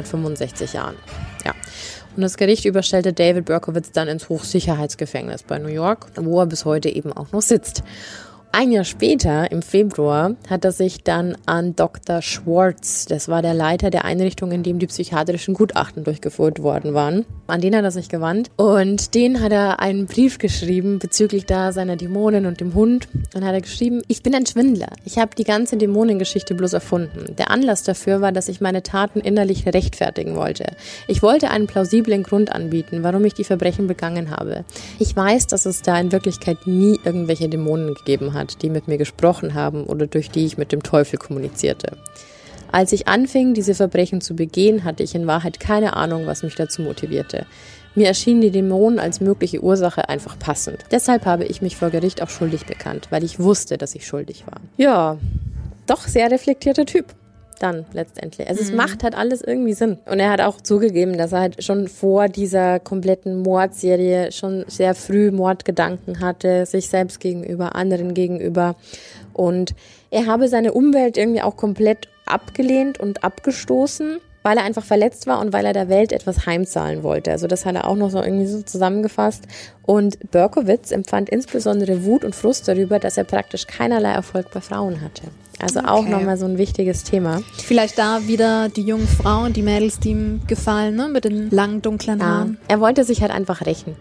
365 Jahren. Ja. Und das Gericht überstellte David Berkowitz dann ins Hochsicherheitsgefängnis bei New York, wo er bis heute eben auch noch sitzt. Ein Jahr später, im Februar, hat er sich dann an Dr. Schwartz, das war der Leiter der Einrichtung, in dem die psychiatrischen Gutachten durchgeführt worden waren, an den hat er sich gewandt. Und den hat er einen Brief geschrieben bezüglich da seiner Dämonen und dem Hund. Und hat er geschrieben, ich bin ein Schwindler. Ich habe die ganze Dämonengeschichte bloß erfunden. Der Anlass dafür war, dass ich meine Taten innerlich rechtfertigen wollte. Ich wollte einen plausiblen Grund anbieten, warum ich die Verbrechen begangen habe. Ich weiß, dass es da in Wirklichkeit nie irgendwelche Dämonen gegeben hat, die mit mir gesprochen haben oder durch die ich mit dem Teufel kommunizierte. Als ich anfing, diese Verbrechen zu begehen, hatte ich in Wahrheit keine Ahnung, was mich dazu motivierte. Mir erschienen die Dämonen als mögliche Ursache einfach passend. Deshalb habe ich mich vor Gericht auch schuldig bekannt, weil ich wusste, dass ich schuldig war. Ja, doch sehr reflektierter Typ. Dann letztendlich. Also es macht halt alles irgendwie Sinn. Und er hat auch zugegeben, dass er halt schon vor dieser kompletten Mordserie schon sehr früh Mordgedanken hatte, sich selbst gegenüber, anderen gegenüber. Und er habe seine Umwelt irgendwie auch komplett abgelehnt und abgestoßen, weil er einfach verletzt war und weil er der Welt etwas heimzahlen wollte. Also das hat er auch noch so irgendwie so zusammengefasst. Und Berkowitz empfand insbesondere Wut und Frust darüber, dass er praktisch keinerlei Erfolg bei Frauen hatte. Also auch nochmal so ein wichtiges Thema. Vielleicht da wieder die jungen Frauen, die Mädels, die ihm gefallen, ne? Mit den langen, dunklen Haaren. Er wollte sich halt einfach rächen.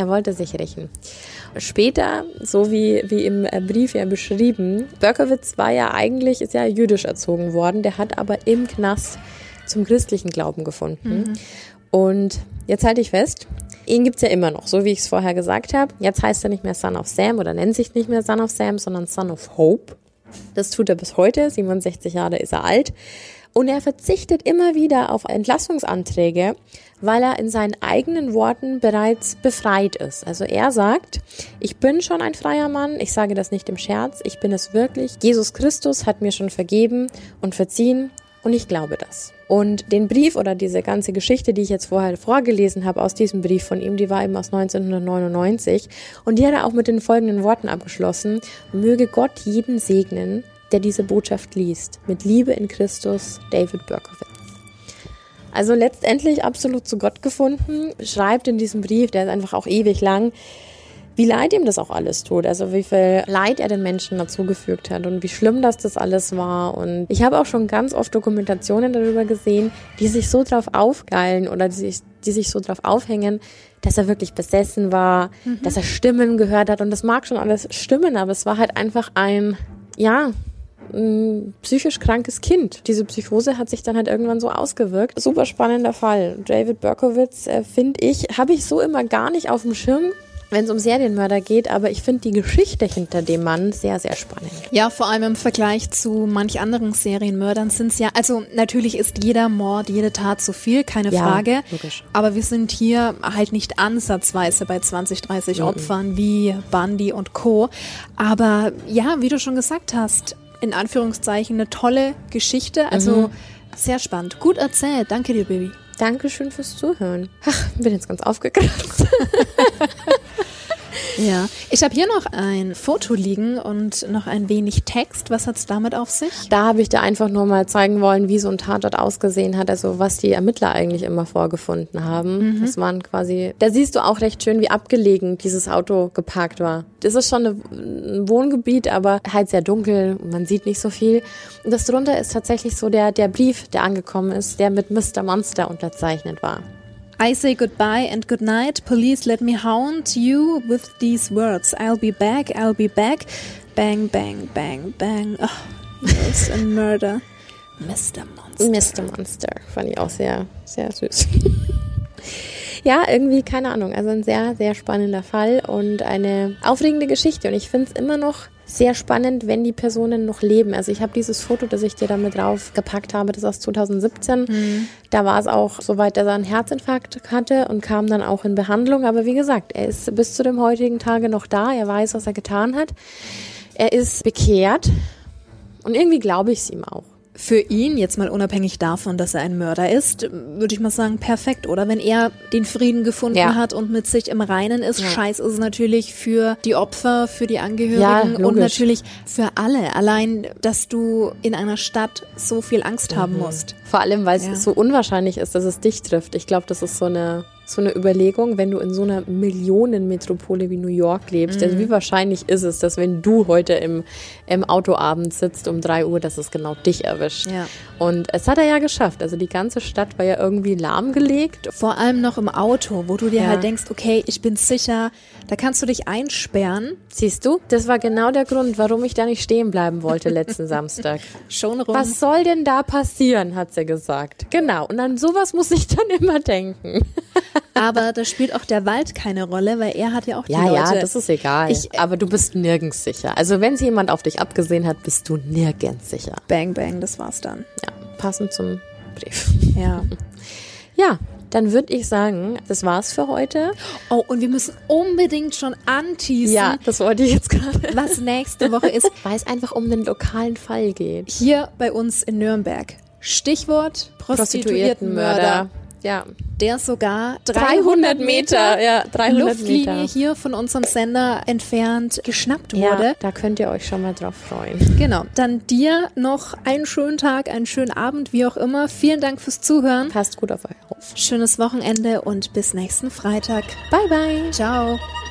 Später, so wie im Brief ja beschrieben, Berkowitz ist ja jüdisch erzogen worden, der hat aber im Knast zum christlichen Glauben gefunden. Und jetzt halte ich fest, ihn gibt's ja immer noch, so wie ich es vorher gesagt habe. Jetzt heißt er nicht mehr Son of Sam oder nennt sich nicht mehr Son of Sam, sondern Son of Hope. Das tut er bis heute, 67 Jahre ist er alt. Und er verzichtet immer wieder auf Entlassungsanträge, weil er in seinen eigenen Worten bereits befreit ist. Also er sagt, ich bin schon ein freier Mann, ich sage das nicht im Scherz, ich bin es wirklich. Jesus Christus hat mir schon vergeben und verziehen und ich glaube das. Und den Brief oder diese ganze Geschichte, die ich jetzt vorher vorgelesen habe aus diesem Brief von ihm, die war eben aus 1999 und die hat er auch mit den folgenden Worten abgeschlossen: Möge Gott jeden segnen, der diese Botschaft liest. Mit Liebe in Christus, David Berkowitz. Also letztendlich absolut zu Gott gefunden, schreibt in diesem Brief, der ist einfach auch ewig lang, wie leid ihm das auch alles tut, also wie viel Leid er den Menschen dazugefügt hat und wie schlimm das alles war. Und ich habe auch schon ganz oft Dokumentationen darüber gesehen, die sich so drauf aufgeilen oder die die sich so drauf aufhängen, dass er wirklich besessen war, dass er Stimmen gehört hat und das mag schon alles stimmen, aber es war halt einfach ein psychisch krankes Kind. Diese Psychose hat sich dann halt irgendwann so ausgewirkt. Super spannender Fall. David Berkowitz, finde ich, habe ich so immer gar nicht auf dem Schirm, wenn es um Serienmörder geht, aber ich finde die Geschichte hinter dem Mann sehr, sehr spannend. Ja, vor allem im Vergleich zu manch anderen Serienmördern sind es ja, also natürlich ist jeder Mord, jede Tat zu viel, keine Frage, logisch. Aber wir sind hier halt nicht ansatzweise bei 20, 30 Opfern wie Bundy und Co. Aber ja, wie du schon gesagt hast, in Anführungszeichen eine tolle Geschichte, also sehr spannend. Gut erzählt, danke dir, Baby. Dankeschön fürs Zuhören. Ach, bin jetzt ganz aufgekratzt. Ja, ich habe hier noch ein Foto liegen und noch ein wenig Text. Was hat's damit auf sich? Da habe ich dir einfach nur mal zeigen wollen, wie so ein Tatort ausgesehen hat, also was die Ermittler eigentlich immer vorgefunden haben. Das waren quasi, da siehst du auch recht schön, wie abgelegen dieses Auto geparkt war. Das ist schon ein Wohngebiet, aber halt sehr dunkel und man sieht nicht so viel. Und das drunter ist tatsächlich so der Brief, der angekommen ist, der mit Mr. Monster unterzeichnet war. I say goodbye and good night. Police, let me hound you with these words. I'll be back, I'll be back. Bang, bang, bang, bang. Oh, it's a murder. Mr. Monster. Mr. Monster. Fand ich auch sehr, sehr süß. Ja, irgendwie, keine Ahnung. Also ein sehr, sehr spannender Fall und eine aufregende Geschichte. Und ich finde es immer noch sehr spannend, wenn die Personen noch leben. Also ich habe dieses Foto, das ich dir damit drauf gepackt habe, das ist aus 2017. Da war es auch soweit, dass er einen Herzinfarkt hatte und kam dann auch in Behandlung. Aber wie gesagt, er ist bis zu dem heutigen Tage noch da. Er weiß, was er getan hat. Er ist bekehrt und irgendwie glaube ich es ihm auch. Für ihn, jetzt mal unabhängig davon, dass er ein Mörder ist, würde ich mal sagen, perfekt, oder? Wenn er den Frieden gefunden hat und mit sich im Reinen ist, scheiß ist es natürlich für die Opfer, für die Angehörigen und natürlich für alle. Allein, dass du in einer Stadt so viel Angst haben musst. Vor allem, weil es so unwahrscheinlich ist, dass es dich trifft. Ich glaube, das ist so eine Überlegung, wenn du in so einer Millionenmetropole wie New York lebst. Also wie wahrscheinlich ist es, dass wenn du heute im Auto abends sitzt um 3 Uhr, dass es genau dich erwischt. Ja. Und es hat er ja geschafft. Also die ganze Stadt war ja irgendwie lahmgelegt. Vor allem noch im Auto, wo du dir halt denkst, okay, ich bin sicher, da kannst du dich einsperren. Siehst du? Das war genau der Grund, warum ich da nicht stehen bleiben wollte letzten Samstag. Schon rum. Was soll denn da passieren, hat sie gesagt. Genau. Und an sowas muss ich dann immer denken. Aber da spielt auch der Wald keine Rolle, weil er hat ja auch die Leute. Ja, das ist egal. Aber du bist nirgends sicher. Also wenn jemand auf dich abgesehen hat, bist du nirgends sicher. Bang, bang, das war's dann. Ja, passend zum Brief. Ja. Ja, dann würde ich sagen, das war's für heute. Oh, und wir müssen unbedingt schon anteasen. Ja, das wollte ich jetzt gerade. Was nächste Woche ist. Weil es einfach um den lokalen Fall geht. Hier bei uns in Nürnberg. Stichwort Prostituiertenmörder. Ja. Der sogar 300 Meter, 300 Luftlinie Meter hier von unserem Sender entfernt geschnappt wurde. Ja, da könnt ihr euch schon mal drauf freuen. Genau. Dann dir noch einen schönen Tag, einen schönen Abend, wie auch immer. Vielen Dank fürs Zuhören. Passt gut auf euch auf. Schönes Wochenende und bis nächsten Freitag. Bye, bye. Ciao.